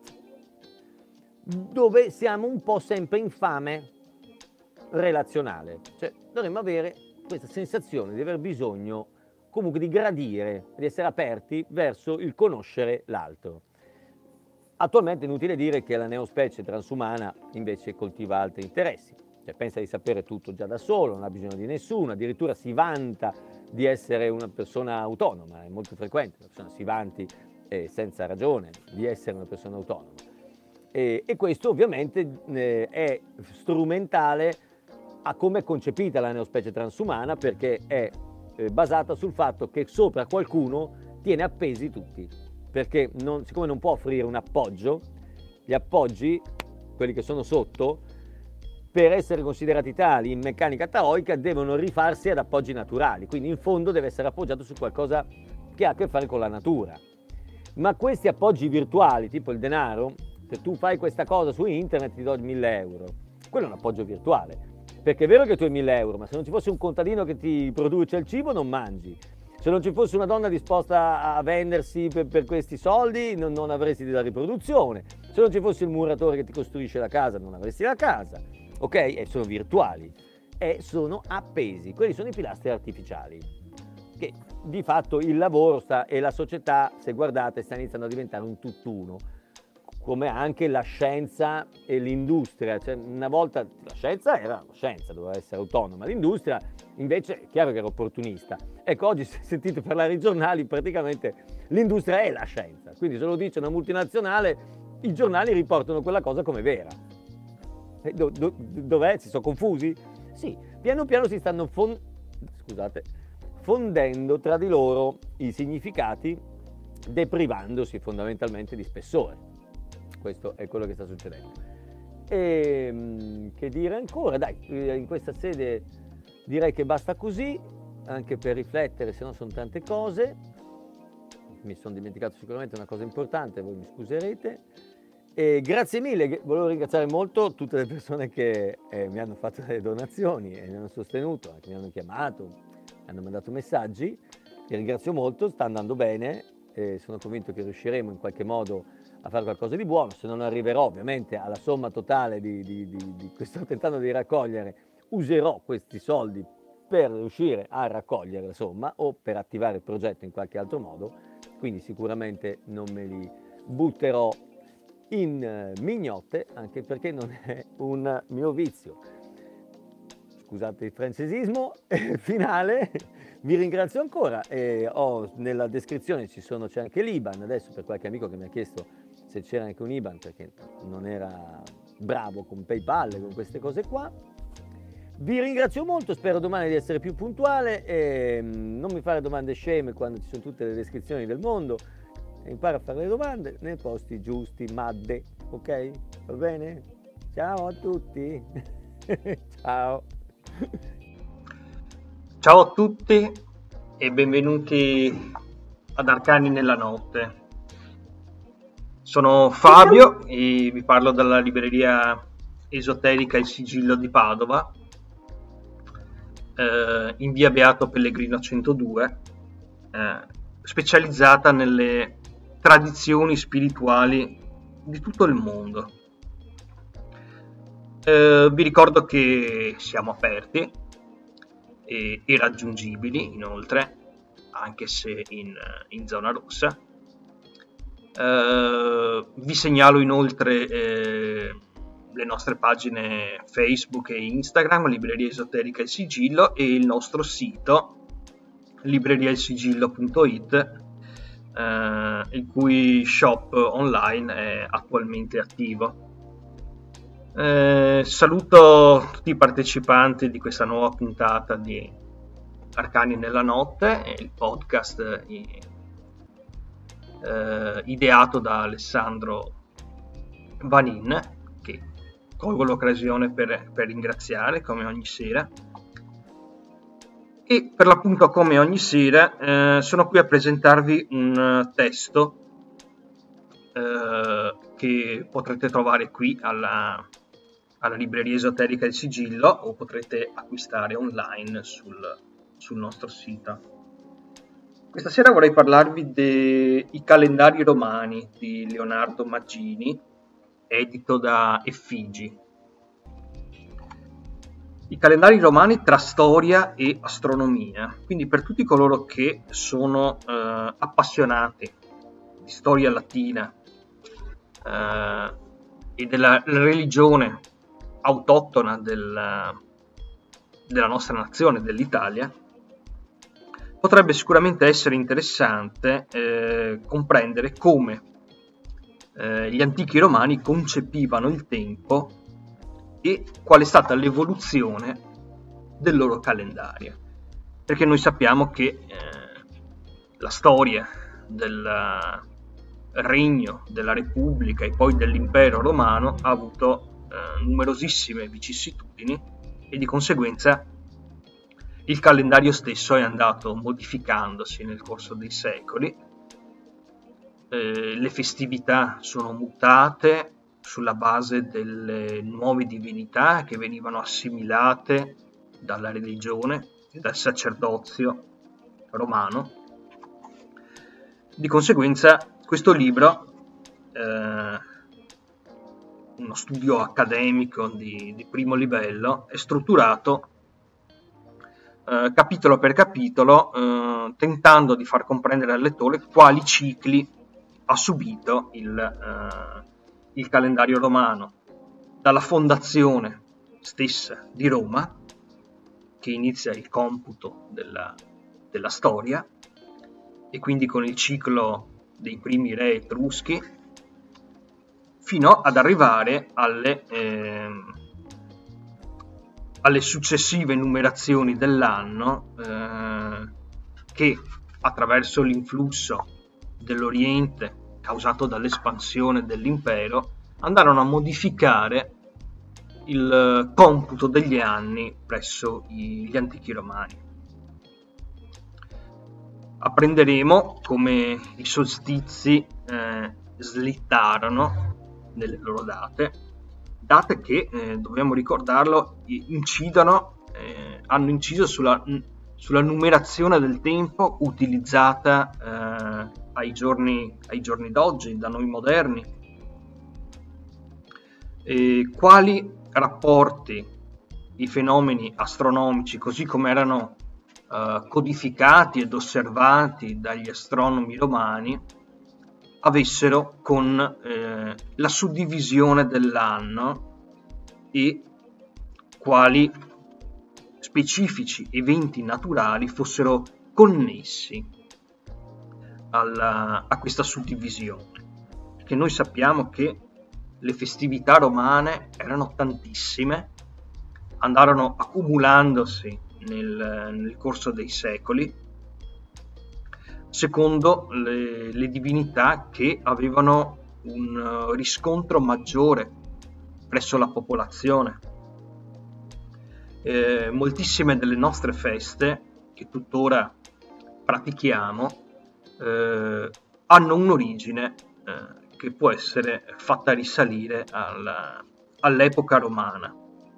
dove siamo un po' sempre in fame relazionale, cioè dovremmo avere questa sensazione di aver bisogno comunque di gradire, di essere aperti verso il conoscere l'altro. Attualmente è inutile dire che la neospecie transumana invece coltiva altri interessi, cioè pensa di sapere tutto già da solo, non ha bisogno di nessuno, addirittura si vanta di essere una persona autonoma, è molto frequente, una persona si vanti senza ragione di essere una persona autonoma. E questo ovviamente è strumentale a come è concepita la neospecie transumana, perché è basata sul fatto che sopra qualcuno tiene appesi tutti, perché siccome non può offrire un appoggio, gli appoggi, quelli che sono sotto, per essere considerati tali in meccanica taoica devono rifarsi ad appoggi naturali, quindi in fondo deve essere appoggiato su qualcosa che ha a che fare con la natura. Ma questi appoggi virtuali, tipo il denaro, se tu fai questa cosa su internet ti do 1.000 euro, quello è un appoggio virtuale, perché è vero che tu hai 1.000 euro, ma se non ci fosse un contadino che ti produce il cibo non mangi. Se non ci fosse una donna disposta a vendersi per questi soldi, non avresti la riproduzione. Se non ci fosse il muratore che ti costruisce la casa, non avresti la casa. Ok? E sono virtuali. sono appesi. Quelli sono i pilastri artificiali, che di fatto il lavoro e la società, se guardate, sta iniziando a diventare un tutt'uno, come anche la scienza e l'industria. Cioè, una volta la scienza era la scienza, doveva essere autonoma, l'industria invece è chiaro che era opportunista. Ecco, oggi se sentite parlare i giornali, praticamente l'industria è la scienza, quindi se lo dice una multinazionale, i giornali riportano quella cosa come vera. Dov'è? Si sono confusi? Sì, piano piano si stanno fondendo tra di loro i significati, deprivandosi fondamentalmente di spessore. Questo è quello che sta succedendo. E che dire ancora? Dai, in questa sede direi che basta così, anche per riflettere, se no sono tante cose. Mi sono dimenticato sicuramente una cosa importante, voi mi scuserete. E grazie mille, volevo ringraziare molto tutte le persone che mi hanno fatto delle donazioni e mi hanno sostenuto, anche mi hanno chiamato, mi hanno mandato messaggi. Vi ringrazio molto, sta andando bene e sono convinto che riusciremo in qualche modo a fare qualcosa di buono. Se non arriverò ovviamente alla somma totale di cui sto tentando di raccogliere, userò questi soldi per riuscire a raccogliere la somma o per attivare il progetto in qualche altro modo, quindi sicuramente non me li butterò in mignotte, anche perché non è un mio vizio. Scusate il francesismo finale. Vi ringrazio ancora e nella descrizione c'è anche l'IBAN, adesso per qualche amico che mi ha chiesto se c'era anche un IBAN perché non era bravo con PayPal e con queste cose qua. Vi ringrazio molto, spero domani di essere più puntuale e non mi fare domande sceme quando ci sono tutte le descrizioni del mondo. Impara a fare le domande nei posti giusti, madde, ok? Va bene? Ciao a tutti! Ciao! Ciao a tutti e benvenuti ad Arcani nella Notte. Sono Fabio e vi parlo dalla libreria esoterica Il Sigillo di Padova, in via Beato Pellegrino 102, specializzata nelle tradizioni spirituali di tutto il mondo. Vi ricordo che siamo aperti e raggiungibili inoltre, anche se in zona rossa. Vi segnalo inoltre le nostre pagine Facebook e Instagram, Libreria Esoterica Il Sigillo, e il nostro sito libreriailsigillo.it, il cui shop online è attualmente attivo. Saluto tutti i partecipanti di questa nuova puntata di Arcani nella Notte, il podcast ideato da Alessandro Vanin, che colgo l'occasione per ringraziare come ogni sera. E per l'appunto, come ogni sera, sono qui a presentarvi un testo che potrete trovare qui alla libreria esoterica Il Sigillo, o potrete acquistare online sul nostro sito. Questa sera vorrei parlarvi dei calendari romani di Leonardo Maggini, edito da Effigi. I calendari romani tra storia e astronomia, quindi per tutti coloro che sono appassionati di storia latina e della religione autoctona della nostra nazione, dell'Italia, potrebbe sicuramente essere interessante comprendere come gli antichi romani concepivano il tempo e qual è stata l'evoluzione del loro calendario, perché noi sappiamo che la storia del regno della Repubblica e poi dell'impero romano ha avuto numerosissime vicissitudini e di conseguenza il calendario stesso è andato modificandosi nel corso dei secoli. Le festività sono mutate sulla base delle nuove divinità che venivano assimilate dalla religione e dal sacerdozio romano. Di conseguenza questo libro, uno studio accademico di primo livello, è strutturato capitolo per capitolo, tentando di far comprendere al lettore quali cicli ha subito il calendario romano, dalla fondazione stessa di Roma, che inizia il computo della storia, e quindi con il ciclo dei primi re etruschi, fino ad arrivare alle successive numerazioni dell'anno, che attraverso l'influsso dell'Oriente causato dall'espansione dell'impero andarono a modificare il computo degli anni presso gli antichi romani. Apprenderemo come i solstizi slittarono nelle loro date che, dobbiamo ricordarlo, hanno inciso sulla numerazione del tempo utilizzata ai giorni d'oggi, da noi moderni. E quali rapporti i fenomeni astronomici, così come erano codificati ed osservati dagli astronomi romani, avessero con la suddivisione dell'anno, e quali specifici eventi naturali fossero connessi a questa suddivisione. Perché noi sappiamo che le festività romane erano tantissime, andarono accumulandosi nel corso dei secoli, secondo le divinità che avevano un riscontro maggiore presso la popolazione. Moltissime delle nostre feste, che tuttora pratichiamo, hanno un'origine che può essere fatta risalire all'epoca romana.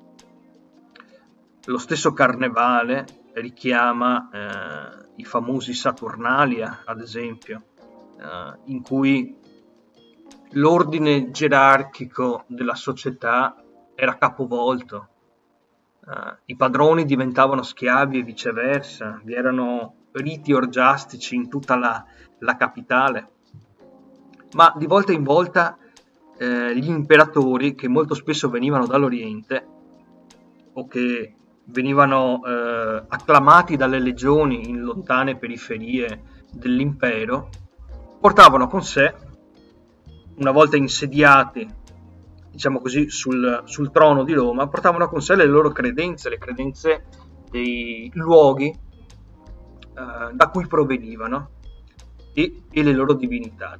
Lo stesso carnevale richiama i famosi Saturnalia, ad esempio, in cui l'ordine gerarchico della società era capovolto, i padroni diventavano schiavi e viceversa, vi erano riti orgiastici in tutta la capitale, ma di volta in volta gli imperatori, che molto spesso venivano dall'Oriente o che venivano acclamati dalle legioni in lontane periferie dell'impero, portavano con sé, una volta insediati, diciamo così, sul trono di Roma, portavano con sé le loro credenze, le credenze dei luoghi da cui provenivano, e le loro divinità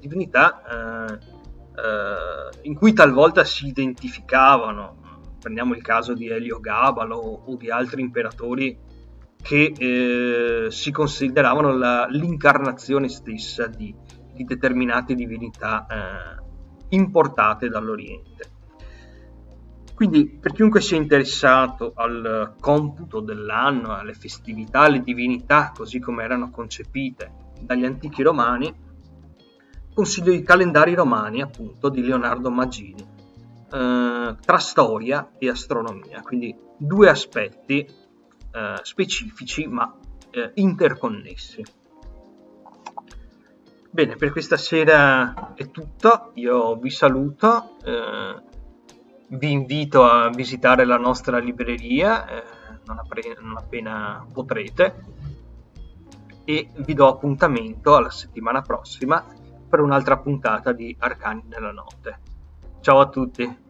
in cui talvolta si identificavano. Prendiamo il caso di Eliogabalo o di altri imperatori che si consideravano l'incarnazione stessa di determinate divinità importate dall'Oriente. Quindi, per chiunque sia interessato al computo dell'anno, alle festività, alle divinità così come erano concepite dagli antichi romani, consiglio i calendari romani, appunto, di Leonardo Maggini, tra storia e astronomia, quindi due aspetti specifici ma interconnessi. Bene, per questa sera è tutto, io vi saluto, vi invito a visitare la nostra libreria non appena potrete, e vi do appuntamento alla settimana prossima per un'altra puntata di Arcani nella Notte. Ciao a tutti!